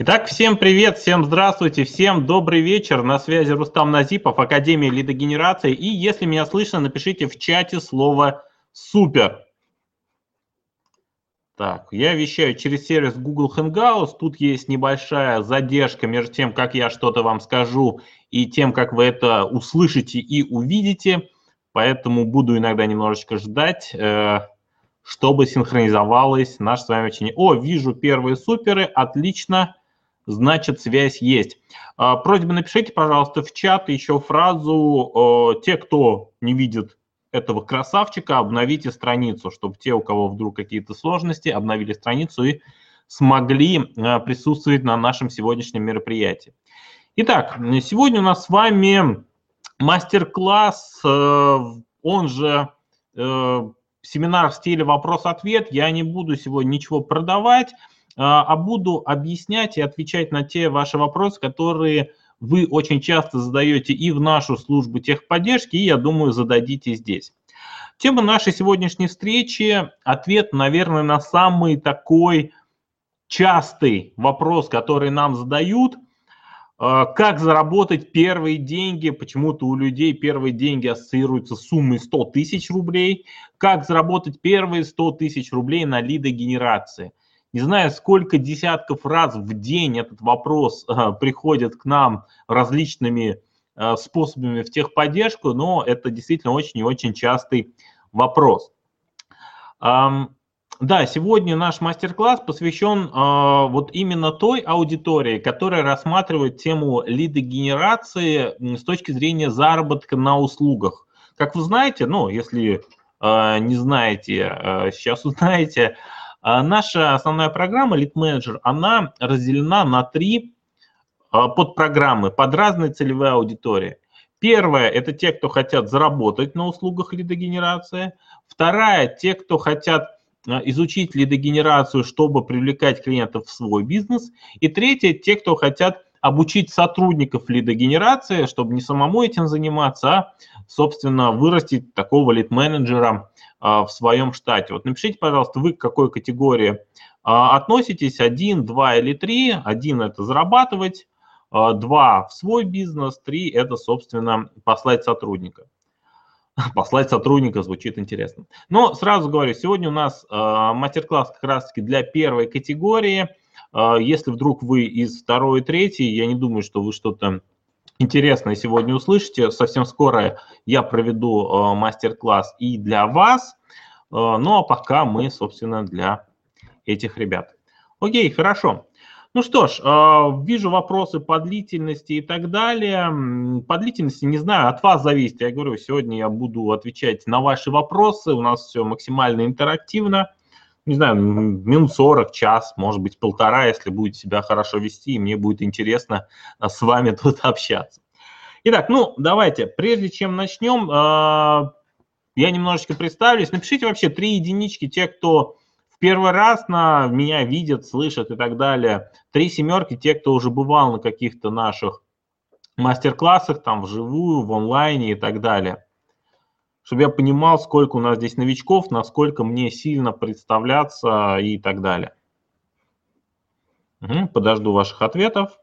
Итак, всем привет, всем здравствуйте, всем добрый вечер. На связи Рустам Назипов, Академия лидогенерации. И если меня слышно, напишите в чате слово «супер». Так, я вещаю через сервис Google Hangouts. Тут есть небольшая задержка между тем, как я что-то вам скажу, и тем, как вы это услышите и увидите. Поэтому буду иногда немножечко ждать, чтобы синхронизовалось наше с вами общение. О, вижу первые суперы, отлично. Значит, связь есть. Просьба, напишите, пожалуйста, в чат еще фразу «Те, кто не видит этого красавчика, обновите страницу», чтобы те, у кого вдруг какие-то сложности, обновили страницу и смогли присутствовать на нашем сегодняшнем мероприятии. Итак, сегодня у нас с вами мастер-класс, он же семинар в стиле вопрос-ответ. Я не буду сегодня ничего продавать, а буду объяснять и отвечать на те ваши вопросы, которые вы очень часто задаете и в нашу службу техподдержки, и, я думаю, зададите здесь. Тема нашей сегодняшней встречи – ответ, наверное, на самый такой частый вопрос, который нам задают. Как заработать первые деньги? Почему-то у людей первые деньги ассоциируются с суммой 100 тысяч рублей. Как заработать первые 100 тысяч рублей на лидогенерации? Не знаю, сколько десятков раз в день этот вопрос приходит к нам различными способами в техподдержку, но это действительно очень и очень частый вопрос. Да, сегодня наш мастер-класс посвящен вот именно той аудитории, которая рассматривает тему лидогенерации с точки зрения заработка на услугах. Как вы знаете, ну, если не знаете, сейчас узнаете, наша основная программа Lead Manager, она разделена на 3 подпрограммы под разные целевые аудитории. Первая – это те, кто хотят заработать на услугах лидогенерации. Вторая – те, кто хотят изучить лидогенерацию, чтобы привлекать клиентов в свой бизнес. И третье – те, кто хотят обучить сотрудников лидогенерации, чтобы не самому этим заниматься, а, собственно, вырастить такого лид-менеджера в своем штате. Вот напишите, пожалуйста, вы к какой категории относитесь, 1, 2 или 3. 1 – это зарабатывать, 2 – в свой бизнес, 3 – это, собственно, послать сотрудника. Послать сотрудника звучит интересно. Но сразу говорю, сегодня у нас мастер-класс как раз-таки для первой категории. Если вдруг вы из 2 и 3, я не думаю, что вы что-то интересное сегодня услышите. Совсем скоро я проведу мастер-класс и для вас. Ну а пока мы, собственно, для этих ребят. Окей, хорошо. Ну что ж, вижу вопросы по длительности и так далее. По длительности, не знаю, от вас зависит. Я говорю, сегодня я буду отвечать на ваши вопросы. У нас все максимально интерактивно. Не знаю, минут 40, час, может быть, 1,5, если будете себя хорошо вести, и мне будет интересно с вами тут общаться. Итак, ну давайте, прежде чем начнем, я немножечко представлюсь. Напишите вообще 3 единички, те, кто первый раз меня видят, слышат и так далее. 3 семерки, те, кто уже бывал на каких-то наших мастер-классах, там вживую, в онлайне и так далее. Чтобы я понимал, сколько у нас здесь новичков, насколько мне сильно представляться и так далее. Подожду ваших ответов.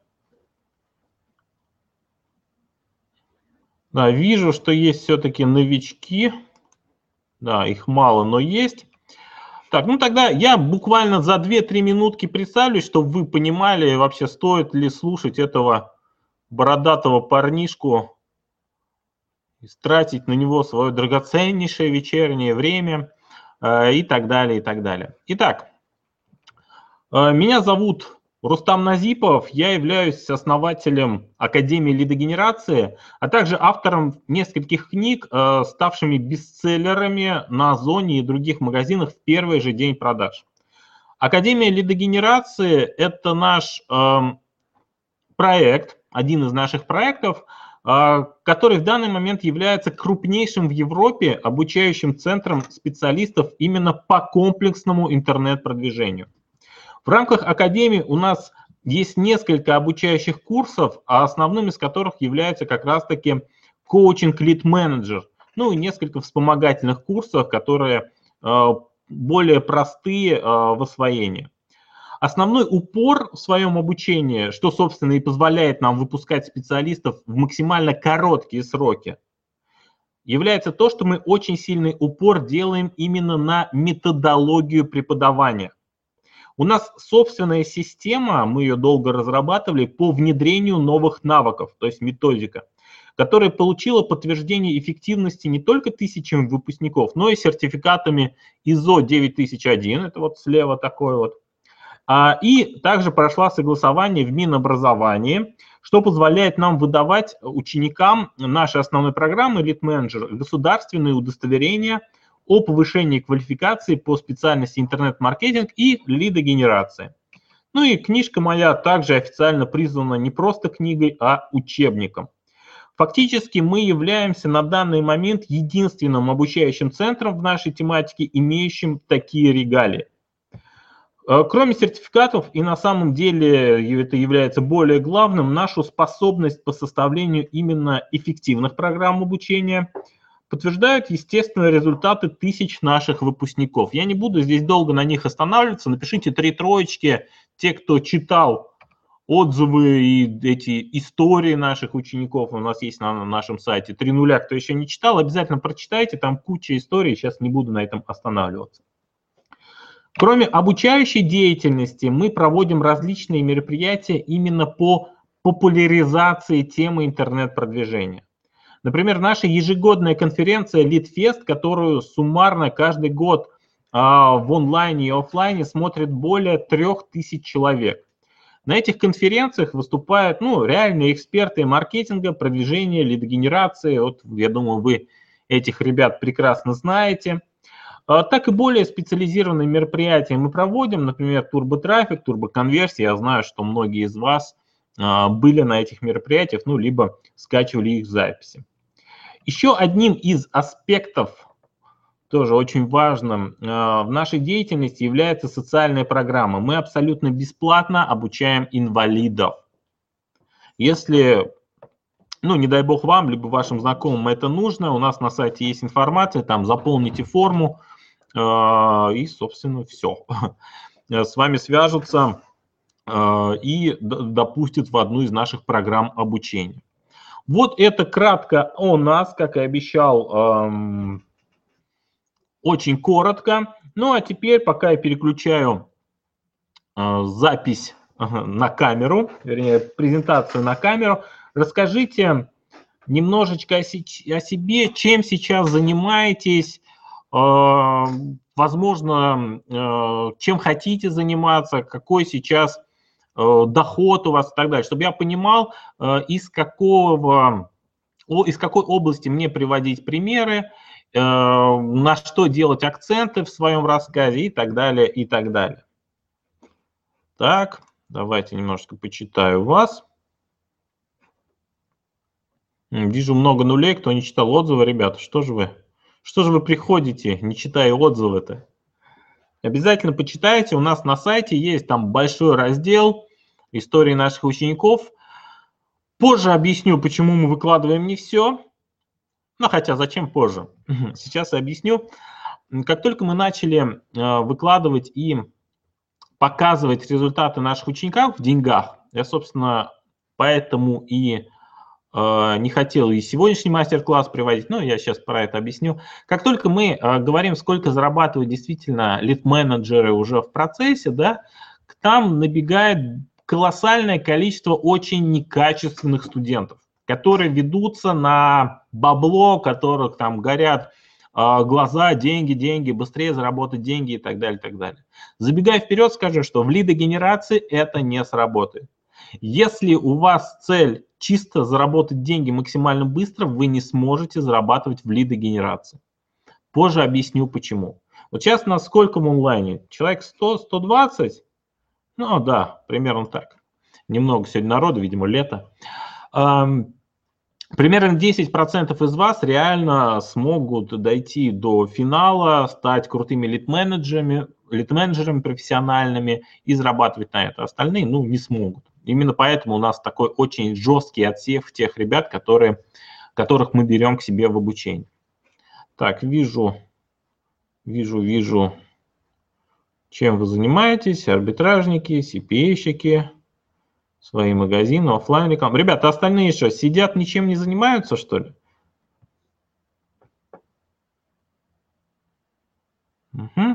Да, вижу, что есть все-таки новички. Да, их мало, но есть. Так, ну тогда я буквально за 2-3 минутки представлюсь, чтобы вы понимали, вообще стоит ли слушать этого бородатого парнишку и тратить на него свое драгоценнейшее вечернее время и так далее, и так далее. Итак, меня зовут Рустам Назипов, я являюсь основателем Академии лидогенерации, а также автором нескольких книг, ставшими бестселлерами на Озоне и других магазинах в первый же день продаж. Академия лидогенерации – это наш проект, один из наших проектов, который в данный момент является крупнейшим в Европе обучающим центром специалистов именно по комплексному интернет-продвижению. В рамках Академии у нас есть несколько обучающих курсов, а основным из которых является как раз-таки коучинг Lead Manager, ну и несколько вспомогательных курсов, которые более простые в освоении. Основной упор в своем обучении, что, собственно, и позволяет нам выпускать специалистов в максимально короткие сроки, является то, что мы очень сильный упор делаем именно на методологию преподавания. У нас собственная система, мы ее долго разрабатывали, по внедрению новых навыков, то есть методика, которая получила подтверждение эффективности не только тысячами выпускников, но и сертификатами ISO 9001, это вот слева такой вот, и также прошла согласование в Минобразовании, что позволяет нам выдавать ученикам нашей основной программы Lead Manager государственные удостоверения о повышении квалификации по специальности интернет-маркетинг и лидогенерация. Ну и книжка моя также официально признана не просто книгой, а учебником. Фактически мы являемся на данный момент единственным обучающим центром в нашей тематике, имеющим такие регалии. Кроме сертификатов, и на самом деле это является более главным, нашу способность по составлению именно эффективных программ обучения подтверждают, естественно, результаты тысяч наших выпускников. Я не буду здесь долго на них останавливаться, напишите 3 троечки, те, кто читал отзывы и эти истории наших учеников, у нас есть на нашем сайте 3 нуля, кто еще не читал, обязательно прочитайте, там куча историй, сейчас не буду на этом останавливаться. Кроме обучающей деятельности, мы проводим различные мероприятия именно по популяризации темы интернет-продвижения. Например, наша ежегодная конференция LeadFest, которую суммарно каждый год в онлайне и офлайне смотрит более 3000 человек. На этих конференциях выступают реальные эксперты маркетинга, продвижения, лидогенерации. Вот, я думаю, вы этих ребят прекрасно знаете. Так и более специализированные мероприятия мы проводим, например, турботрафик, турбоконверсия. Я знаю, что многие из вас были на этих мероприятиях, либо скачивали их записи. Еще одним из аспектов, тоже очень важным, в нашей деятельности является социальная программа. Мы абсолютно бесплатно обучаем инвалидов. Если, не дай бог вам, либо вашим знакомым это нужно, у нас на сайте есть информация, там заполните форму, и, собственно, все. С вами свяжутся и допустят в одну из наших программ обучения. Вот это кратко о нас, как и обещал, очень коротко. Ну а теперь, пока я переключаю запись на камеру, вернее, презентацию на камеру, расскажите немножечко о себе, чем сейчас занимаетесь, возможно, чем хотите заниматься, какой сейчас доход у вас и так далее, чтобы я понимал, из какой области мне приводить примеры, на что делать акценты в своем рассказе и так далее, и так далее. Так, давайте немножко почитаю вас. Вижу много нулей, кто не читал отзывы, ребята, что же вы приходите, не читая отзывы-то? Обязательно почитайте, у нас на сайте есть там большой раздел истории наших учеников. Позже объясню, почему мы выкладываем не все. Хотя зачем позже? Сейчас я объясню. Как только мы начали выкладывать и показывать результаты наших учеников в деньгах, я, собственно, поэтому и не хотел и сегодняшний мастер-класс приводить, но я сейчас про это объясню. Как только мы говорим, сколько зарабатывают действительно лид-менеджеры уже в процессе, да, к нам набегает колоссальное количество очень некачественных студентов, которые ведутся на бабло, у которых там горят глаза, деньги, быстрее заработать деньги и так далее, и так далее. Забегая вперед, скажу, что в лидогенерации это не сработает. Если у вас цель чисто заработать деньги максимально быстро, вы не сможете зарабатывать в лидогенерации. Позже объясню почему. Вот сейчас на сколько в онлайне? Человек 100, 120? Ну да, примерно так. Немного сегодня народу, видимо, лето. Примерно 10% из вас реально смогут дойти до финала, стать крутыми лид-менеджерами профессиональными и зарабатывать на это. Остальные, не смогут. Именно поэтому у нас такой очень жесткий отсев тех ребят, которых мы берем к себе в обучение. Так, вижу Чем вы занимаетесь? Арбитражники, CPA-щики, свои магазины, офлайн реклама. Ребята, остальные что, сидят, ничем не занимаются, что ли? Угу.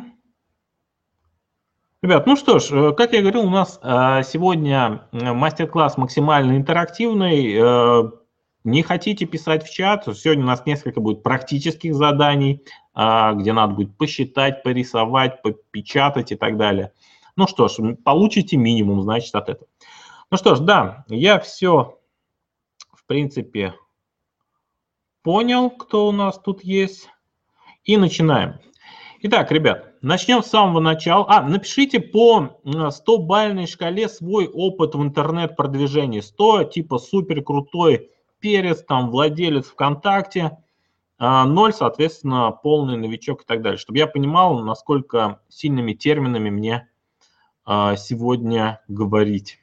Ребят, ну что ж, как я говорил, у нас сегодня мастер-класс максимально интерактивный. Не хотите писать в чат, сегодня у нас несколько будет практических заданий, где надо будет посчитать, порисовать, попечатать и так далее. Ну что ж, получите минимум, значит, от этого. Ну что ж, да, я все, в принципе, понял, кто у нас тут есть. И начинаем. Итак, ребят, начнем с самого начала. Напишите по 100-бальной шкале свой опыт в интернет-продвижении. 100, типа супер крутой перец, там, владелец ВКонтакте. 0, соответственно, полный новичок и так далее. Чтобы я понимал, насколько сильными терминами мне сегодня говорить.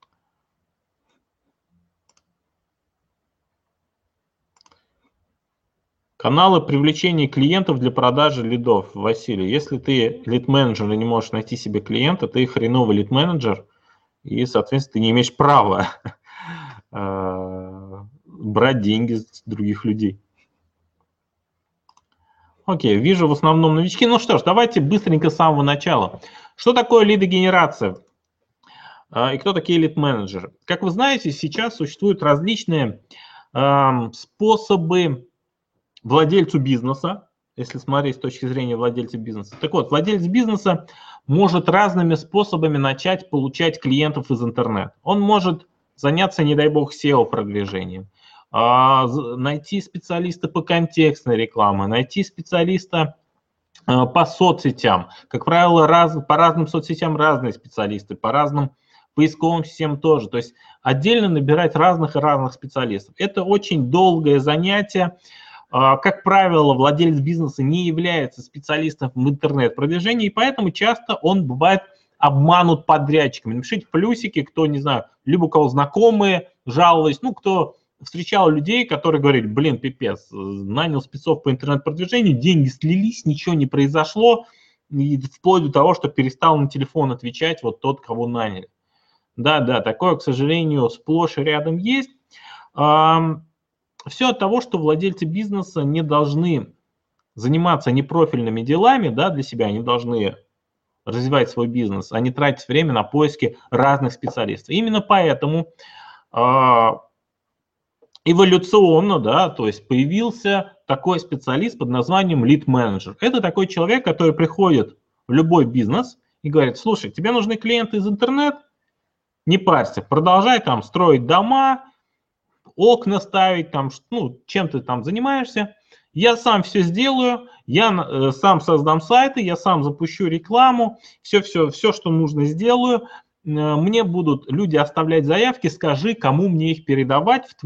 Каналы привлечения клиентов для продажи лидов. Василий, если ты лид-менеджер и не можешь найти себе клиента, ты хреновый лид-менеджер, и, соответственно, ты не имеешь права брать деньги с других людей. Окей, вижу в основном новички. Ну что ж, давайте быстренько с самого начала. Что такое лидогенерация? И кто такие лид-менеджеры? Как вы знаете, сейчас существуют различные способы владельцу бизнеса, если смотреть с точки зрения владельца бизнеса. Так вот, владелец бизнеса может разными способами начать получать клиентов из интернета. Он может заняться, не дай бог, SEO-продвижением, найти специалиста по контекстной рекламе, найти специалиста по соцсетям. Как правило, по разным соцсетям разные специалисты, по разным поисковым системам тоже. То есть отдельно набирать разных и разных специалистов. Это очень долгое занятие. Как правило, владелец бизнеса не является специалистом в интернет-продвижении, и поэтому часто он бывает обманут подрядчиками. Напишите плюсики, кто, не знаю, либо у кого знакомые жаловались, ну, кто встречал людей, которые говорили, блин, пипец, нанял спецов по интернет-продвижению, деньги слились, ничего не произошло, и вплоть до того, что перестал на телефон отвечать вот тот, кого наняли. Да, такое, к сожалению, сплошь и рядом есть. Все от того, что владельцы бизнеса не должны заниматься непрофильными делами, да, для себя, они должны развивать свой бизнес, а не тратить время на поиски разных специалистов. Именно поэтому эволюционно, да, то есть появился такой специалист под названием лид-менеджер. Это такой человек, который приходит в любой бизнес и говорит, слушай, тебе нужны клиенты из интернета, не парься, продолжай там строить дома, окна ставить, там, ну, чем ты там занимаешься, я сам все сделаю, я сам создам сайты, я сам запущу рекламу, все, что нужно, сделаю, мне будут люди оставлять заявки, скажи, кому мне их передавать в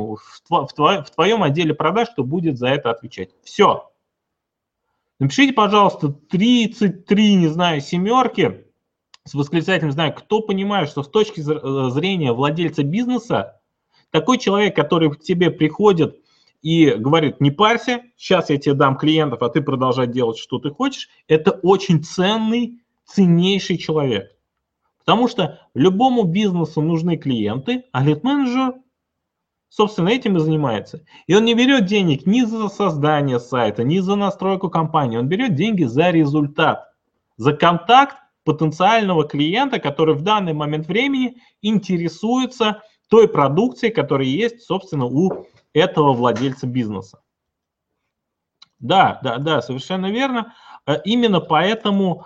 твоем отделе продаж, кто будет за это отвечать. Все. Напишите, пожалуйста, 33, не знаю, семерки с восклицательным, не знаю, кто понимает, что с точки зрения владельца бизнеса, такой человек, который к тебе приходит и говорит, не парься, сейчас я тебе дам клиентов, а ты продолжай делать, что ты хочешь, это очень ценный, ценнейший человек. Потому что любому бизнесу нужны клиенты, а лид-менеджер, собственно, этим и занимается. И он не берет денег ни за создание сайта, ни за настройку компании, он берет деньги за результат, за контакт потенциального клиента, который в данный момент времени интересуется той продукцией, которая есть, собственно, у этого владельца бизнеса. Да, совершенно верно. Именно поэтому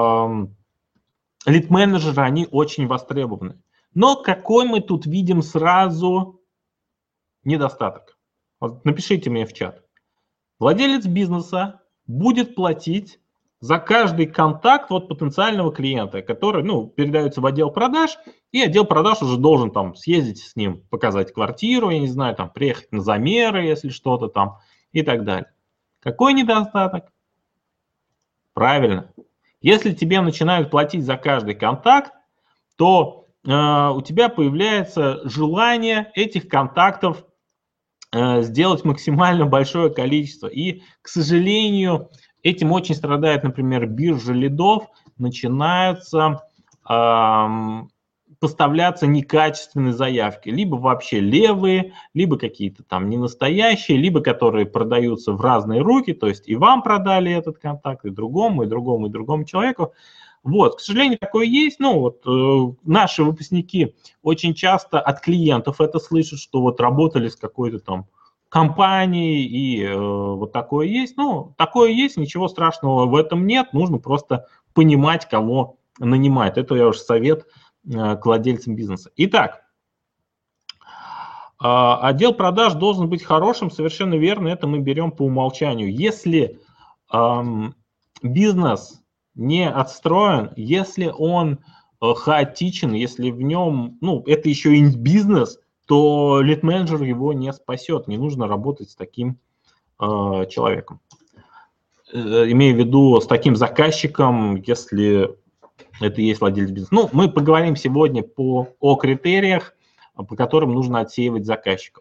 лид-менеджеры, они очень востребованы. Но какой мы тут видим сразу недостаток? Вот напишите мне в чат. Владелец бизнеса будет платить за каждый контакт вот потенциального клиента, который, ну, передается в отдел продаж, и отдел продаж уже должен там съездить с ним, показать квартиру, я не знаю, там приехать на замеры, если что-то там, и так далее. Какой недостаток? Правильно. Если тебе начинают платить за каждый контакт, то у тебя появляется желание этих контактов сделать максимально большое количество. И, к сожалению, этим очень страдает, например, биржа лидов, начинаются поставляться некачественные заявки, либо вообще левые, либо какие-то там ненастоящие, либо которые продаются в разные руки, то есть и вам продали этот контакт, и другому, и другому, и другому человеку. Вот, к сожалению, такое есть. Ну, вот наши выпускники очень часто от клиентов это слышат, что вот работали с какой-то там компанией, и вот такое есть. Ну, такое есть, ничего страшного в этом нет, нужно просто понимать, кого нанимать. Это я уж совет к владельцам бизнеса. Итак, отдел продаж должен быть хорошим, совершенно верно, это мы берем по умолчанию. Если бизнес не отстроен, если он хаотичен, если в нем, ну, это еще и бизнес, то лид-менеджер его не спасет. Не нужно работать с таким человеком. Имею в виду с таким заказчиком, если это и есть владелец бизнеса. Ну, мы поговорим сегодня о критериях, по которым нужно отсеивать заказчиков.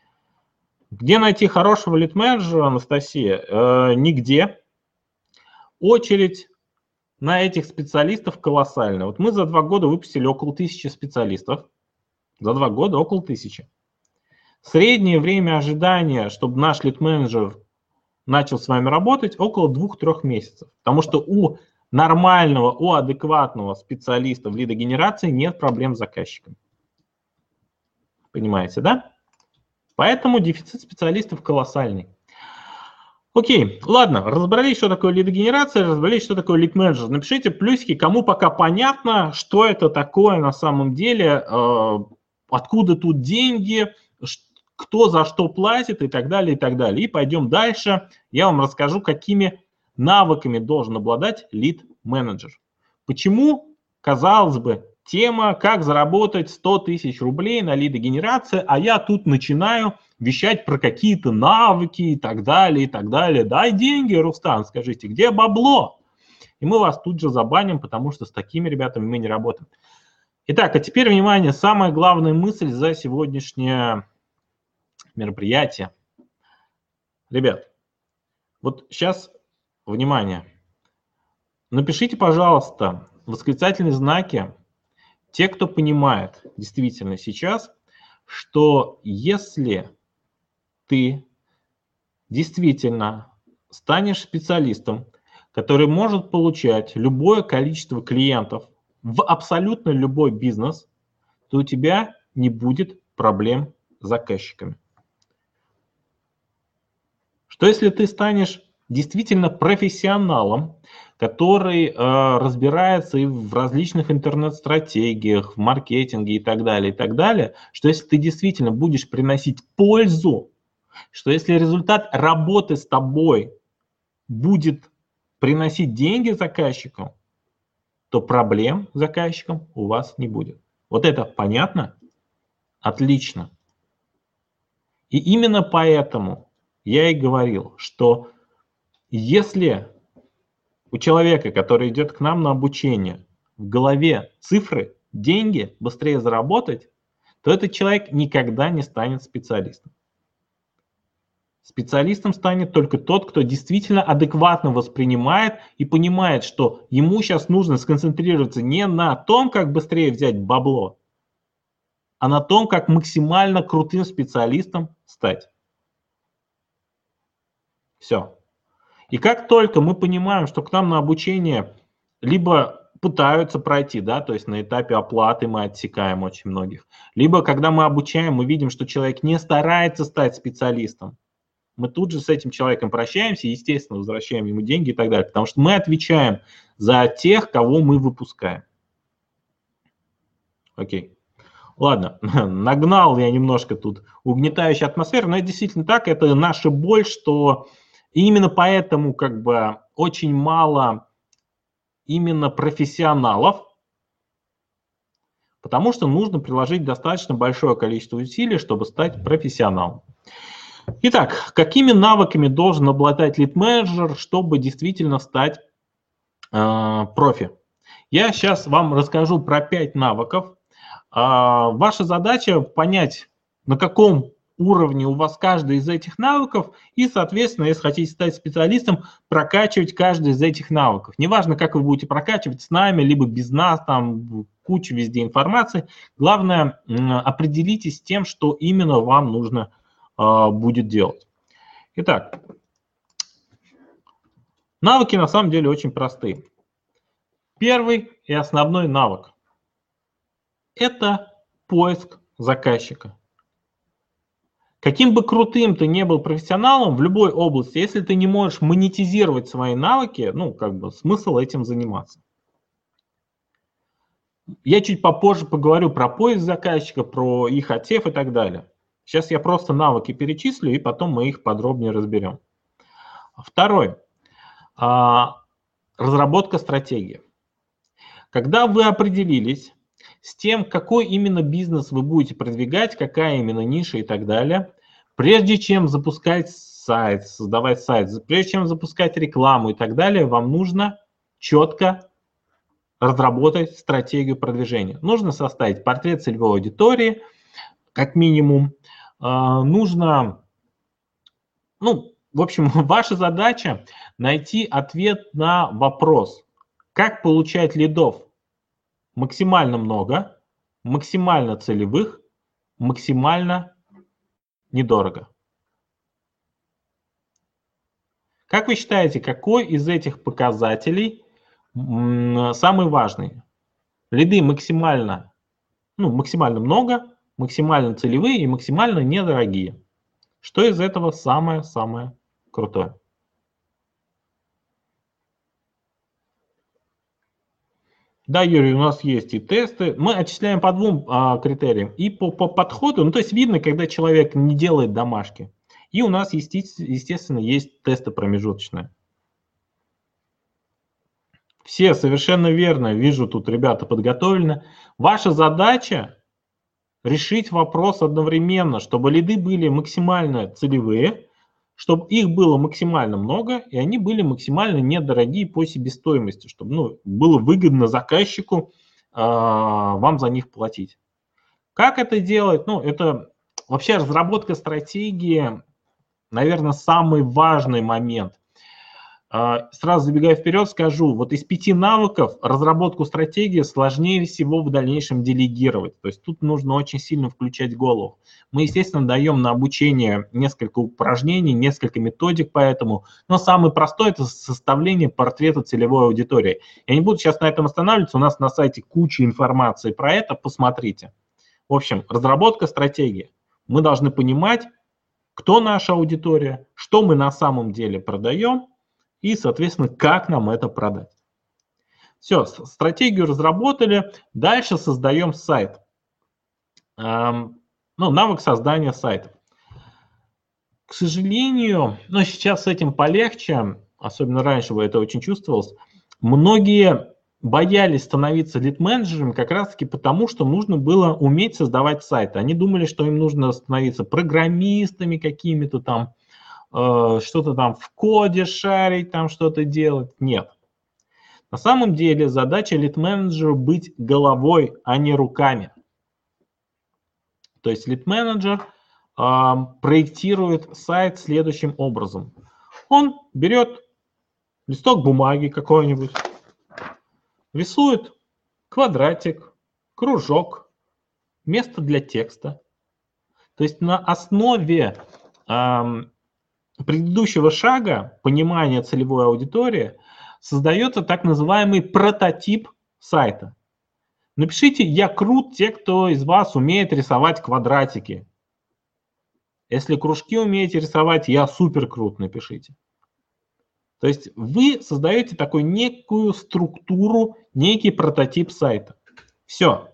Где найти хорошего лид-менеджера, Анастасия? Нигде. Очередь на этих специалистов колоссальная. Вот мы за 2 года выпустили около 1000 специалистов. За 2 года около 1000. Среднее время ожидания, чтобы наш лид-менеджер начал с вами работать, около 2-3 месяцев. Потому что у нормального, у адекватного специалиста в лидогенерации нет проблем с заказчиком. Понимаете, да? Поэтому дефицит специалистов колоссальный. Окей, ладно, разобрались, что такое лидогенерация, разобрались, что такое лид-менеджер. Напишите плюсики, кому пока понятно, что это такое на самом деле, откуда тут деньги, кто за что платит и так далее, и так далее. И пойдем дальше. Я вам расскажу, какими навыками должен обладать лид-менеджер. Почему, казалось бы, тема, как заработать 100 тысяч рублей на лидогенерации, а я тут начинаю вещать про какие-то навыки и так далее, и так далее. Дай деньги, Рустам, скажите, где бабло? И мы вас тут же забаним, потому что с такими ребятами мы не работаем. Итак, а теперь, внимание, самая главная мысль за сегодняшнее мероприятие. Ребят, вот сейчас, внимание, напишите, пожалуйста, восклицательные знаки, те, кто понимает действительно сейчас, что если ты действительно станешь специалистом, который может получать любое количество клиентов в абсолютно любой бизнес, то у тебя не будет проблем с заказчиками. Что если ты станешь действительно профессионалом, который разбирается и в различных интернет-стратегиях, в маркетинге и так далее, что если ты действительно будешь приносить пользу, что если результат работы с тобой будет приносить деньги заказчикам, то проблем с заказчиком у вас не будет. Вот это понятно? Отлично. И именно поэтому я и говорил, что если у человека, который идет к нам на обучение, в голове цифры, деньги, быстрее заработать, то этот человек никогда не станет специалистом. Специалистом станет только тот, кто действительно адекватно воспринимает и понимает, что ему сейчас нужно сконцентрироваться не на том, как быстрее взять бабло, а на том, как максимально крутым специалистом стать. Все. И как только мы понимаем, что к нам на обучение либо пытаются пройти, да, то есть на этапе оплаты мы отсекаем очень многих, либо когда мы обучаем, мы видим, что человек не старается стать специалистом, мы тут же с этим человеком прощаемся, естественно, возвращаем ему деньги и так далее, потому что мы отвечаем за тех, кого мы выпускаем. Окей. Ладно, нагнал я немножко тут угнетающую атмосферу, но это действительно так, это наша боль, что именно поэтому как бы очень мало именно профессионалов, потому что нужно приложить достаточно большое количество усилий, чтобы стать профессионалом. Итак, какими навыками должен обладать лид-менеджер, чтобы действительно стать профи? Я сейчас вам расскажу про 5 навыков. Ваша задача понять, на каком уровне у вас каждый из этих навыков, и, соответственно, если хотите стать специалистом, прокачивать каждый из этих навыков. Неважно, как вы будете прокачивать, с нами, либо без нас, там куча везде информации. Главное, определитесь с тем, что именно вам нужно будет делать. Итак, навыки на самом деле очень простые. Первый и основной навык – это поиск заказчика. Каким бы крутым ты не был профессионалом в любой области, если ты не можешь монетизировать свои навыки, ну, как бы смысл этим заниматься. Я чуть попозже поговорю про поиск заказчика, про их отсев и так далее. Сейчас я просто навыки перечислю, и потом мы их подробнее разберем. Второй. Разработка стратегии. Когда вы определились с тем, какой именно бизнес вы будете продвигать, какая именно ниша и так далее, прежде чем запускать сайт, создавать сайт, прежде чем запускать рекламу и так далее, вам нужно четко разработать стратегию продвижения. Нужно составить портрет целевой аудитории, как минимум. Нужно, в общем, ваша задача найти ответ на вопрос, как получать лидов максимально много, максимально целевых, максимально недорого. Как вы считаете, какой из этих показателей самый важный? Лиды максимально много, максимально целевые и максимально недорогие. Что из этого самое-самое крутое? Да, Юрий, у нас есть и тесты. Мы отчисляем по двум критериям. И по подходу, то есть видно, когда человек не делает домашки. И у нас, естественно, есть тесты промежуточные. Все совершенно верно. Вижу, тут ребята подготовлены. Ваша задача решить вопрос одновременно, чтобы лиды были максимально целевые, чтобы их было максимально много, и они были максимально недорогие по себестоимости, чтобы было выгодно заказчику вам за них платить. Как это делать? Это вообще разработка стратегии, наверное, самый важный момент. Сразу забегая вперед, скажу, вот из 5 навыков разработку стратегии сложнее всего в дальнейшем делегировать. То есть тут нужно очень сильно включать голову. Мы, естественно, даем на обучение несколько упражнений, несколько методик по этому. Но самый простой – это составление портрета целевой аудитории. Я не буду сейчас на этом останавливаться, у нас на сайте куча информации про это, посмотрите. В общем, разработка стратегии. Мы должны понимать, кто наша аудитория, что мы на самом деле продаем, и, соответственно, как нам это продать. Все, стратегию разработали, дальше создаем сайт. Навык создания сайта. К сожалению, сейчас с этим полегче, особенно раньше это очень чувствовалось, многие боялись становиться лид-менеджерами как раз-таки потому, что нужно было уметь создавать сайты. Они думали, что им нужно становиться программистами какими-то там, что-то там в коде шарить, там что-то делать. Нет. На самом деле задача лид-менеджера быть головой, а не руками. То есть лид-менеджер проектирует сайт следующим образом. Он берет листок бумаги какой-нибудь, рисует квадратик, кружок, место для текста. То есть на основе предыдущего шага, понимания целевой аудитории, создается так называемый прототип сайта. Напишите «Я крут» те, кто из вас умеет рисовать квадратики. Если кружки умеете рисовать, «Я супер крут» напишите. То есть вы создаете такую некую структуру, некий прототип сайта. Все.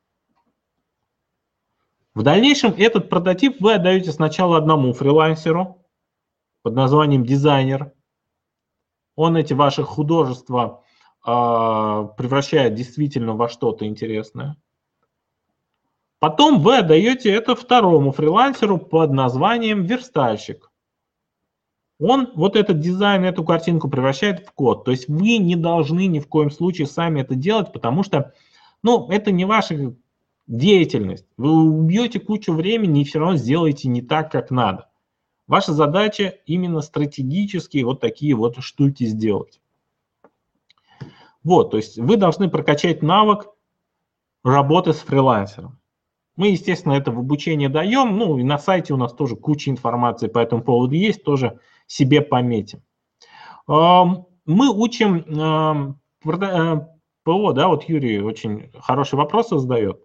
В дальнейшем этот прототип вы отдаете сначала одному фрилансеру под названием дизайнер. Он эти ваши художества превращает действительно во что-то интересное. Потом вы отдаете это второму фрилансеру под названием верстальщик. Он вот этот дизайн, эту картинку превращает в код. То есть вы не должны ни в коем случае сами это делать, потому что это не ваши деятельность. Вы убьете кучу времени и все равно сделаете не так, как надо. Ваша задача именно стратегически вот такие вот штуки сделать. Вот, то есть вы должны прокачать навык работы с фрилансером. Мы, естественно, это в обучении даем, ну и на сайте у нас тоже куча информации по этому поводу есть, тоже себе пометим. Мы учим ПО, да, вот Юрий очень хороший вопрос задает.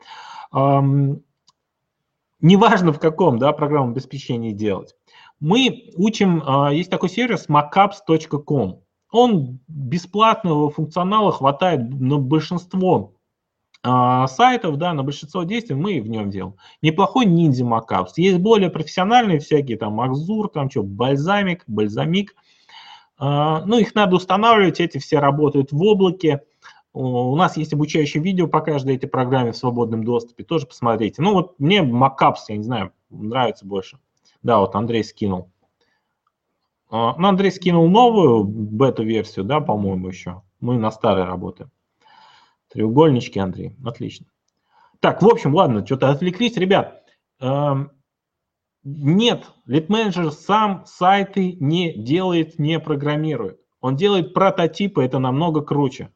Неважно в каком, да, программном обеспечении делать. Мы учим, есть такой сервис mockups.com. Он бесплатного функционала хватает на большинство сайтов, да, на большинство действий мы в нем делаем. Неплохой ниндзя Mockups. Есть более профессиональные всякие, там, Axur, там, что, Бальзамик. Ну, их надо устанавливать, эти все работают в облаке. У нас есть обучающее видео по каждой этой программе в свободном доступе, тоже посмотрите. Ну, вот мне Mockups, я не знаю, нравится больше. Да, вот Андрей скинул. Ну, Андрей скинул новую бета-версию, да, по-моему, еще. Мы на старой работаем. Треугольнички, Андрей, отлично. Так, в общем, ладно, что-то отвлеклись. Ребят, нет, Lead Manager сам сайты не делает, не программирует. Он делает прототипы, это намного круче.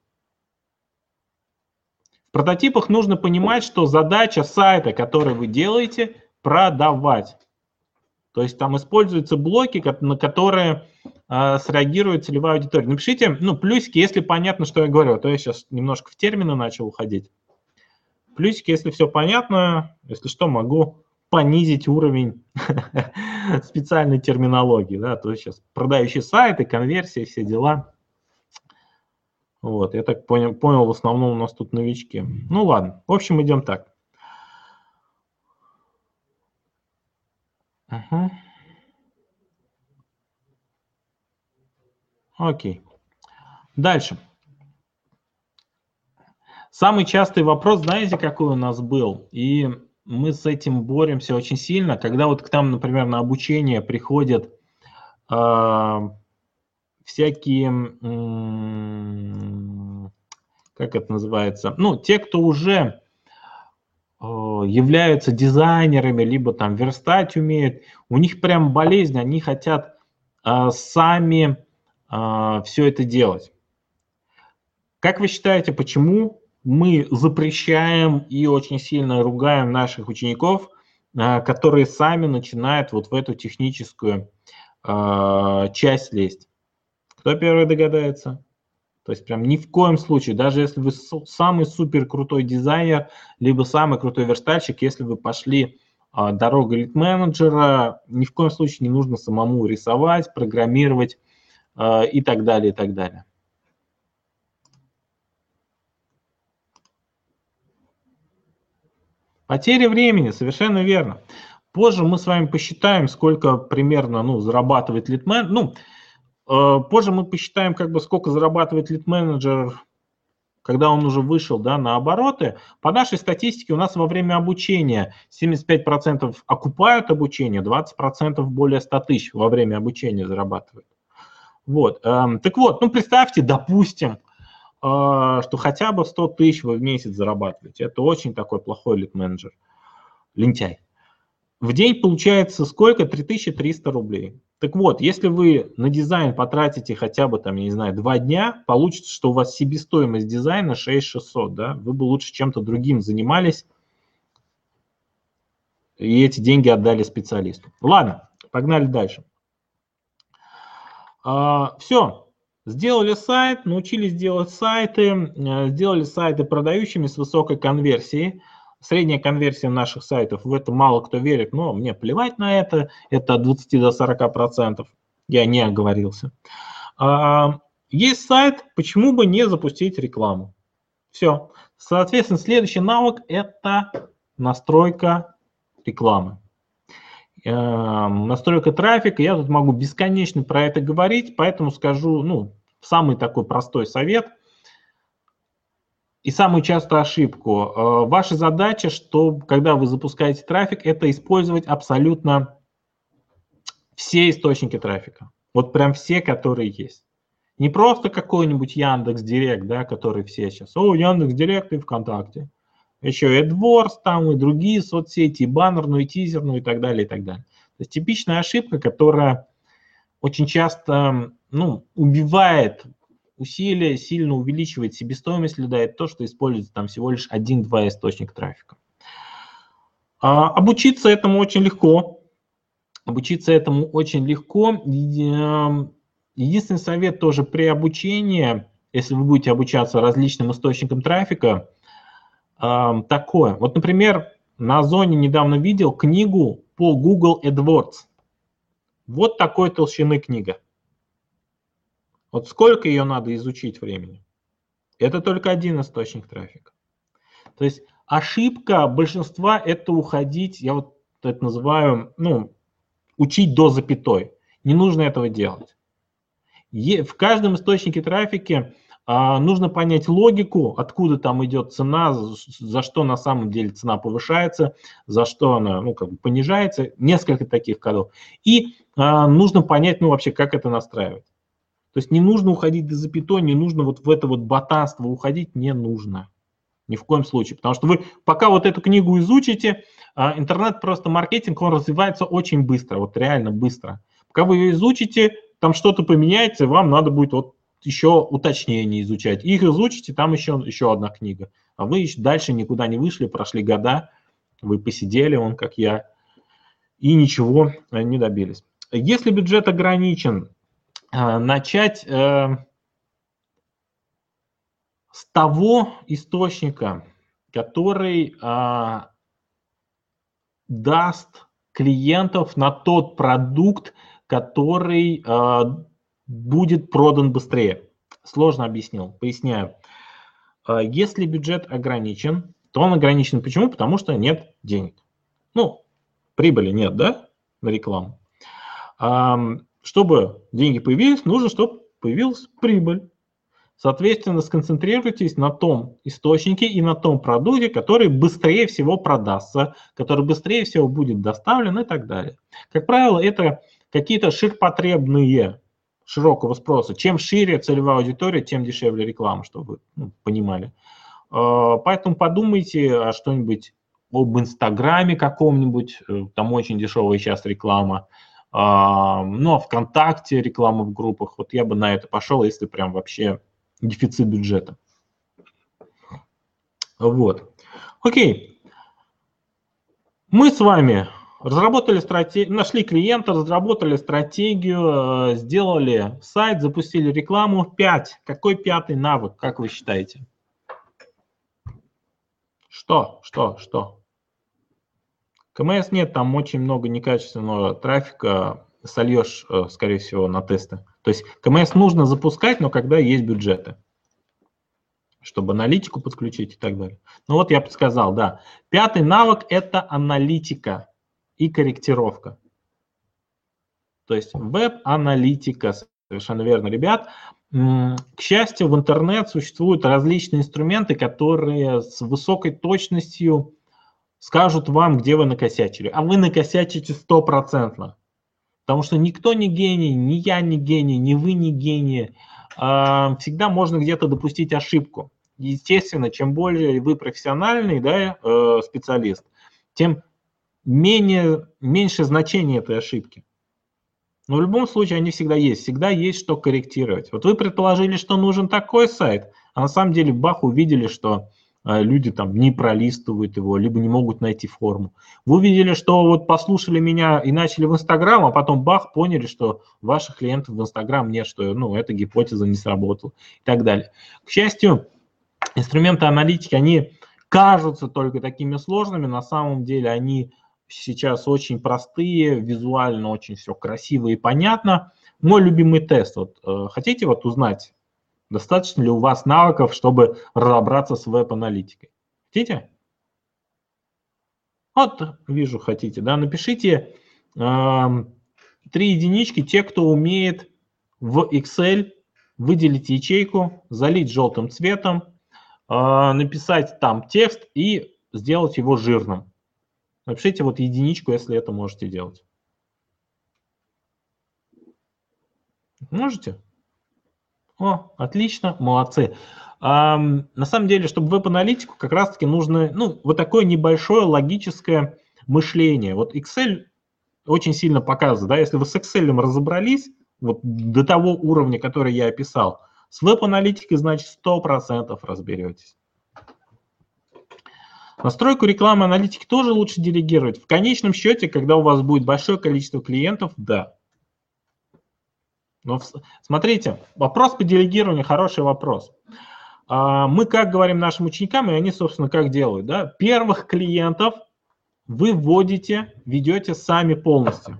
В прототипах нужно понимать, что задача сайта, который вы делаете, продавать. То есть там используются блоки, на которые среагирует целевая аудитория. Напишите, ну, плюсики, если понятно, что я говорю, а то я сейчас немножко в термины начал уходить. Плюсики, если все понятно, если что, могу понизить уровень специальной терминологии. Да, то есть сейчас продающие сайты, конверсии, все дела. Вот, я так понял, в основном у нас тут новички. Ну ладно, в общем, идем так. Окей. Дальше. Самый частый вопрос, знаете, какой у нас был? И мы с этим боремся очень сильно. Когда вот к нам, например, на обучение приходят всякие, как это называется, ну, те, кто уже являются дизайнерами, либо там верстать умеют, у них прям болезнь, они хотят сами все это делать. Как вы считаете, почему мы запрещаем и очень сильно ругаем наших учеников, которые сами начинают вот в эту техническую часть лезть? Кто первый догадается? То есть прям ни в коем случае, даже если вы самый супер крутой дизайнер, либо самый крутой верстальщик, если вы пошли дорогой лид-менеджера, ни в коем случае не нужно самому рисовать, программировать и так далее, и так далее. Потеря времени, совершенно верно. Позже мы с вами посчитаем, сколько примерно зарабатывает лид-менеджер. Позже мы посчитаем, как бы, сколько зарабатывает лид-менеджер, когда он уже вышел, да, на обороты. По нашей статистике у нас во время обучения 75% окупают обучение, 20% более 100 тысяч во время обучения зарабатывают. Вот. Так вот, представьте, допустим, что хотя бы 100 тысяч вы в месяц зарабатываете. Это очень такой плохой лид-менеджер, лентяй. В день получается сколько? 3300 рублей. Так вот, если вы на дизайн потратите хотя бы, там, я не знаю, 2 дня, получится, что у вас себестоимость дизайна 6600, да? Вы бы лучше чем-то другим занимались и эти деньги отдали специалисту. Ладно, погнали дальше. Все. Сделали сайт, научились делать сайты, сделали сайты продающими с высокой конверсией. Средняя конверсия наших сайтов, в это мало кто верит, но мне плевать на это от 20 до 40%, я не оговорился. Есть сайт, почему бы не запустить рекламу? Все. Соответственно, следующий навык – это настройка рекламы. Настройка трафика, я тут могу бесконечно про это говорить, поэтому скажу, самый такой простой совет и самую частую ошибку. Ваша задача, что когда вы запускаете трафик, это использовать абсолютно все источники трафика. Вот прям все, которые есть. Не просто какой-нибудь Яндекс.Директ, да, который все сейчас. Яндекс.Директ и ВКонтакте. еще AdWords там и другие соцсети, и баннерную, и тизерную, и так далее, и так далее. То есть типичная ошибка, которая очень часто, ну, убивает усилия, сильно увеличивает себестоимость лида, это то, что используется там всего лишь 1-2 источника трафика. Обучиться этому очень легко. Обучиться этому очень легко. Единственный совет тоже при обучении, если вы будете обучаться различным источникам трафика, такое. Вот, например, на Озоне недавно видел книгу по Google AdWords. Вот такой толщины книга. Вот сколько ее надо изучить времени? Это только один источник трафика. То есть ошибка большинства – это уходить, я вот это называю, ну, учить до запятой. Не нужно этого делать. В каждом источнике трафика нужно понять логику, откуда там идет цена, за что на самом деле цена повышается, за что она, ну, как бы понижается, несколько таких кодов. И нужно понять, ну, вообще, как это настраивать. То есть не нужно уходить до запятой, не нужно вот в это вот ботанство уходить, не нужно. Ни в коем случае. Потому что вы пока вот эту книгу изучите, интернет просто маркетинг, он развивается очень быстро, вот реально быстро. Пока вы ее изучите, там что-то поменяется, вам надо будет вот еще уточнение изучать. Их изучите, там еще одна книга. А вы еще дальше никуда не вышли, прошли года, вы посидели, он как я, и ничего не добились. Если бюджет ограничен, начать с того источника, который даст клиентов на тот продукт, который будет продан быстрее. Сложно объяснил, поясняю. Если бюджет ограничен, то он ограничен почему? Потому что нет денег. Ну, прибыли нет, да, на рекламу. Чтобы деньги появились, нужно, чтобы появилась прибыль. Соответственно, сконцентрируйтесь на том источнике и на том продукте, который быстрее всего продастся, который быстрее всего будет доставлен и так далее. Как правило, это какие-то ширпотребные, широкого спроса. Чем шире целевая аудитория, тем дешевле реклама, чтобы вы понимали. Поэтому подумайте что-нибудь об Инстаграме каком-нибудь, там очень дешевая сейчас реклама. Ну, а ВКонтакте реклама в группах, вот я бы на это пошел, если прям вообще дефицит бюджета. Вот. Окей. Мы с вами разработали стратегию, нашли клиента, разработали стратегию, сделали сайт, запустили рекламу. 5. Какой 5-й навык, как вы считаете? Что? КМС нет, там очень много некачественного трафика, сольешь, скорее всего, на тесты. То есть КМС нужно запускать, но когда есть бюджеты, чтобы аналитику подключить и так далее. Ну вот я подсказал, да. 5-й навык – это аналитика и корректировка. То есть веб-аналитика, совершенно верно, ребят. К счастью, в интернет существуют различные инструменты, которые с высокой точностью скажут вам, где вы накосячили. А вы накосячите 100%. Потому что никто не гений, ни я не гений, ни вы не гений. Всегда можно где-то допустить ошибку. Естественно, чем более вы профессиональный, да, специалист, тем меньше значение этой ошибки. Но в любом случае они всегда есть что корректировать. Вот вы предположили, что нужен такой сайт, а на самом деле бах, увидели, что люди там не пролистывают его, либо не могут найти форму. Вы увидели, что вот послушали меня и начали в Инстаграм, а потом бах, поняли, что ваших клиентов в Инстаграм нет, что ну, эта гипотеза не сработала и так далее. К счастью, инструменты аналитики, они кажутся только такими сложными, на самом деле они сейчас очень простые, визуально очень все красиво и понятно. Мой любимый тест. Вот, хотите вот узнать, достаточно ли у вас навыков, чтобы разобраться с веб-аналитикой? Хотите? Вот, вижу, хотите. Да? Напишите 3 единички, те, кто умеет в Excel выделить ячейку, залить желтым цветом, написать там текст и сделать его жирным. Напишите вот единичку, если это можете делать. Можете? О, отлично, молодцы. На самом деле, чтобы веб-аналитику, как раз-таки нужно, ну, вот такое небольшое логическое мышление. Вот Excel очень сильно показывает, да, если вы с Excel разобрались, вот до того уровня, который я описал, с веб-аналитикой, значит, 100% разберетесь. Настройку рекламы аналитики тоже лучше делегировать. В конечном счете, когда у вас будет большое количество клиентов, да. Но смотрите, вопрос по делегированию хороший вопрос. Мы как говорим нашим ученикам, и они, собственно, как делают, да? Первых клиентов вы вводите, ведете сами полностью.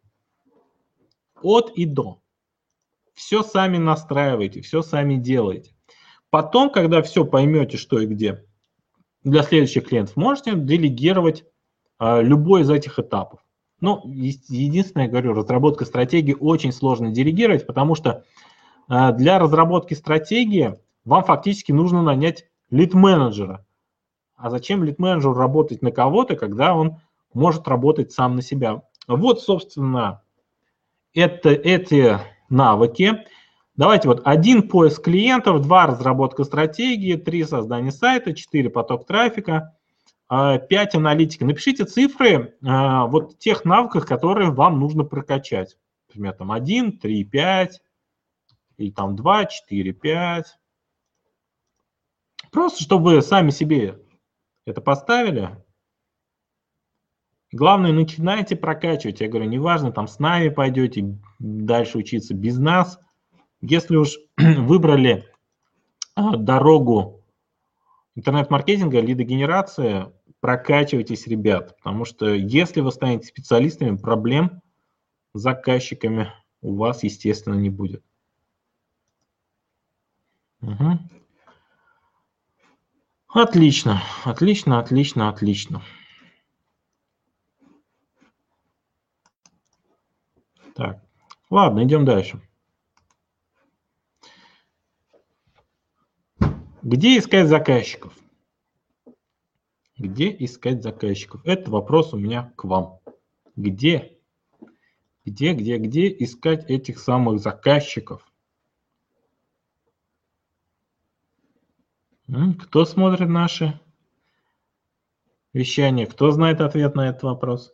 От и до. Все сами настраиваете, все сами делаете. Потом, когда все поймете, что и где, для следующих клиентов можете делегировать любой из этих этапов. Ну, единственное, я говорю, разработка стратегии очень сложно делегировать, потому что для разработки стратегии вам фактически нужно нанять лид-менеджера. А зачем лид-менеджеру работать на кого-то, когда он может работать сам на себя? Вот, собственно, эти навыки. Давайте вот 1 поиск клиентов, 2 разработка стратегии, 3 создание сайта, 4 поток трафика, 5 аналитика. Напишите цифры вот тех навыков, которые вам нужно прокачать. Например, там 1, 3, 5, и там 2, 4, 5. Просто чтобы вы сами себе это поставили. Главное, начинайте прокачивать. Я говорю, неважно, там с нами пойдете дальше учиться, без нас. Если уж выбрали дорогу интернет-маркетинга, лидогенерации, прокачивайтесь, ребят. Потому что если вы станете специалистами, проблем с заказчиками у вас, естественно, не будет. Угу. Отлично, отлично, отлично, отлично. Так, ладно, идем дальше. Где искать заказчиков? Где искать заказчиков? Это вопрос у меня к вам. Где искать этих самых заказчиков? Кто смотрит наши вещания? Кто знает ответ на этот вопрос?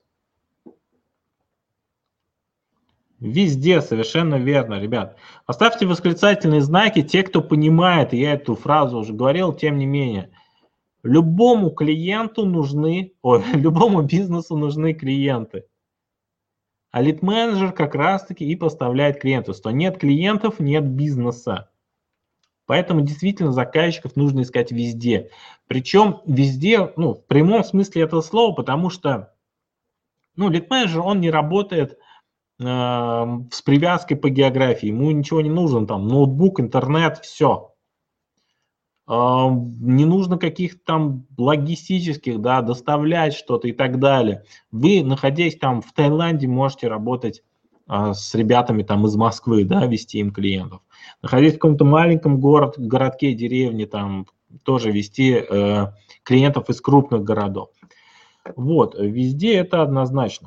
Везде, совершенно верно, ребят. Поставьте восклицательные знаки те, кто понимает, и я эту фразу уже говорил, тем не менее. Любому клиенту нужны, любому бизнесу нужны клиенты. А лид-менеджер как раз-таки и поставляет клиенту, что нет клиентов, нет бизнеса. Поэтому действительно заказчиков нужно искать везде. Причем везде, ну, в прямом смысле этого слова, потому что, ну, лид-менеджер, он не работает с привязкой по географии. Ему ничего не нужно, там, ноутбук, интернет, все. Не нужно каких-то там логистических, да, доставлять что-то и так далее. Вы, находясь там в Таиланде, можете работать с ребятами там из Москвы, да, вести им клиентов. Находясь в каком-то маленьком городке, деревне, там тоже вести клиентов из крупных городов. Вот, везде это однозначно.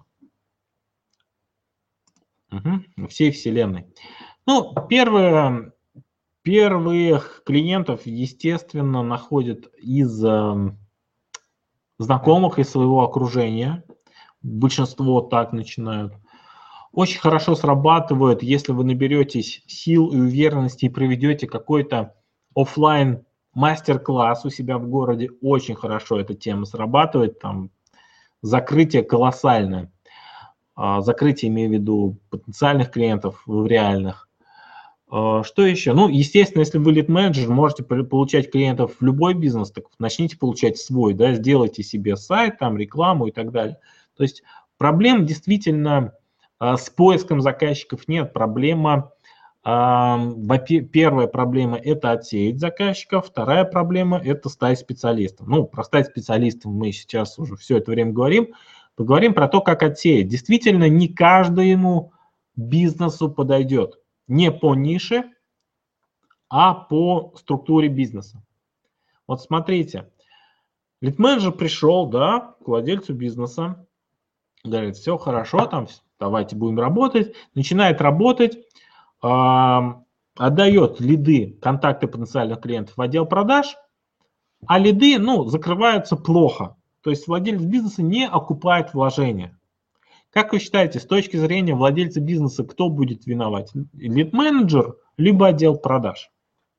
Угу, всей вселенной. Ну, первых клиентов, естественно, находят из знакомых, из своего окружения. Большинство так начинают. Очень хорошо срабатывает, если вы наберетесь сил и уверенности и проведете какой-то офлайн мастер-класс у себя в городе. Очень хорошо эта тема срабатывает. Там закрытие колоссальное. Закрытие, имею в виду, потенциальных клиентов в реальных. Что еще? Ну, естественно, если вы лид-менеджер, можете получать клиентов в любой бизнес, так начните получать свой, да, сделайте себе сайт, там, рекламу и так далее. То есть проблем действительно с поиском заказчиков нет. Проблема, первая проблема – это отсеять заказчиков, вторая проблема – это стать специалистом. Ну, про стать специалистом мы сейчас уже все это время говорим. Поговорим про то, как отсеять. Действительно, не каждому бизнесу подойдет. Не по нише, а по структуре бизнеса. Вот смотрите, лид-менеджер пришел, да, к владельцу бизнеса, говорит, все хорошо, там, давайте будем работать, начинает работать, отдает лиды, контакты потенциальных клиентов в отдел продаж, а лиды, ну, закрываются плохо. То есть владелец бизнеса не окупает вложения. Как вы считаете, с точки зрения владельца бизнеса, кто будет виноват? Лид-менеджер, либо отдел продаж?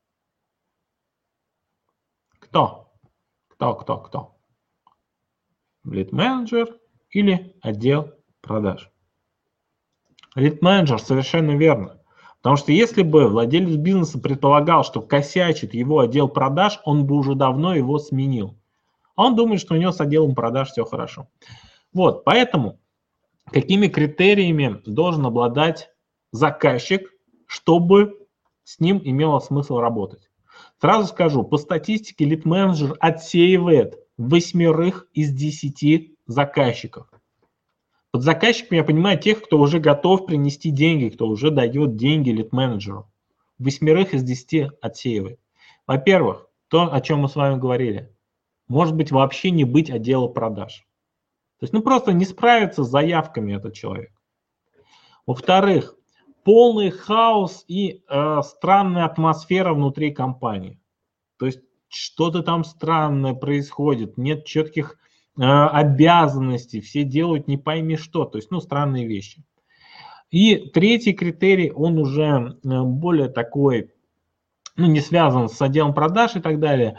Кто? Кто? Лид-менеджер или отдел продаж? Лид-менеджер, совершенно верно. Потому что если бы владелец бизнеса предполагал, что косячит его отдел продаж, он бы уже давно его сменил. А он думает, что у него с отделом продаж все хорошо. Вот, поэтому какими критериями должен обладать заказчик, чтобы с ним имело смысл работать? Сразу скажу, по статистике лид-менеджер отсеивает 8 из 10 заказчиков. Под заказчиками я понимаю тех, кто уже готов принести деньги, кто уже дает деньги лид-менеджеру. 8 из 10 отсеивает. Во-первых, то, о чем мы с вами говорили, может быть вообще не быть отдела продаж. То есть, ну просто не справится с заявками этот человек. Во-вторых, полный хаос и странная атмосфера внутри компании. То есть что-то там странное происходит, нет четких обязанностей, все делают не пойми что, то есть, ну, странные вещи. И третий критерий, он уже более такой, ну, не связан с отделом продаж и так далее.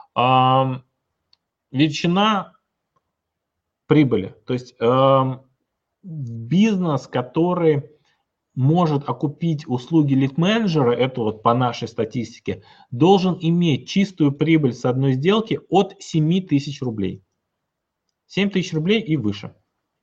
Величина прибыли. То есть бизнес, который может окупить услуги лид-менеджера, это вот по нашей статистике, должен иметь чистую прибыль с одной сделки от 7 тысяч рублей. 7 тысяч рублей и выше.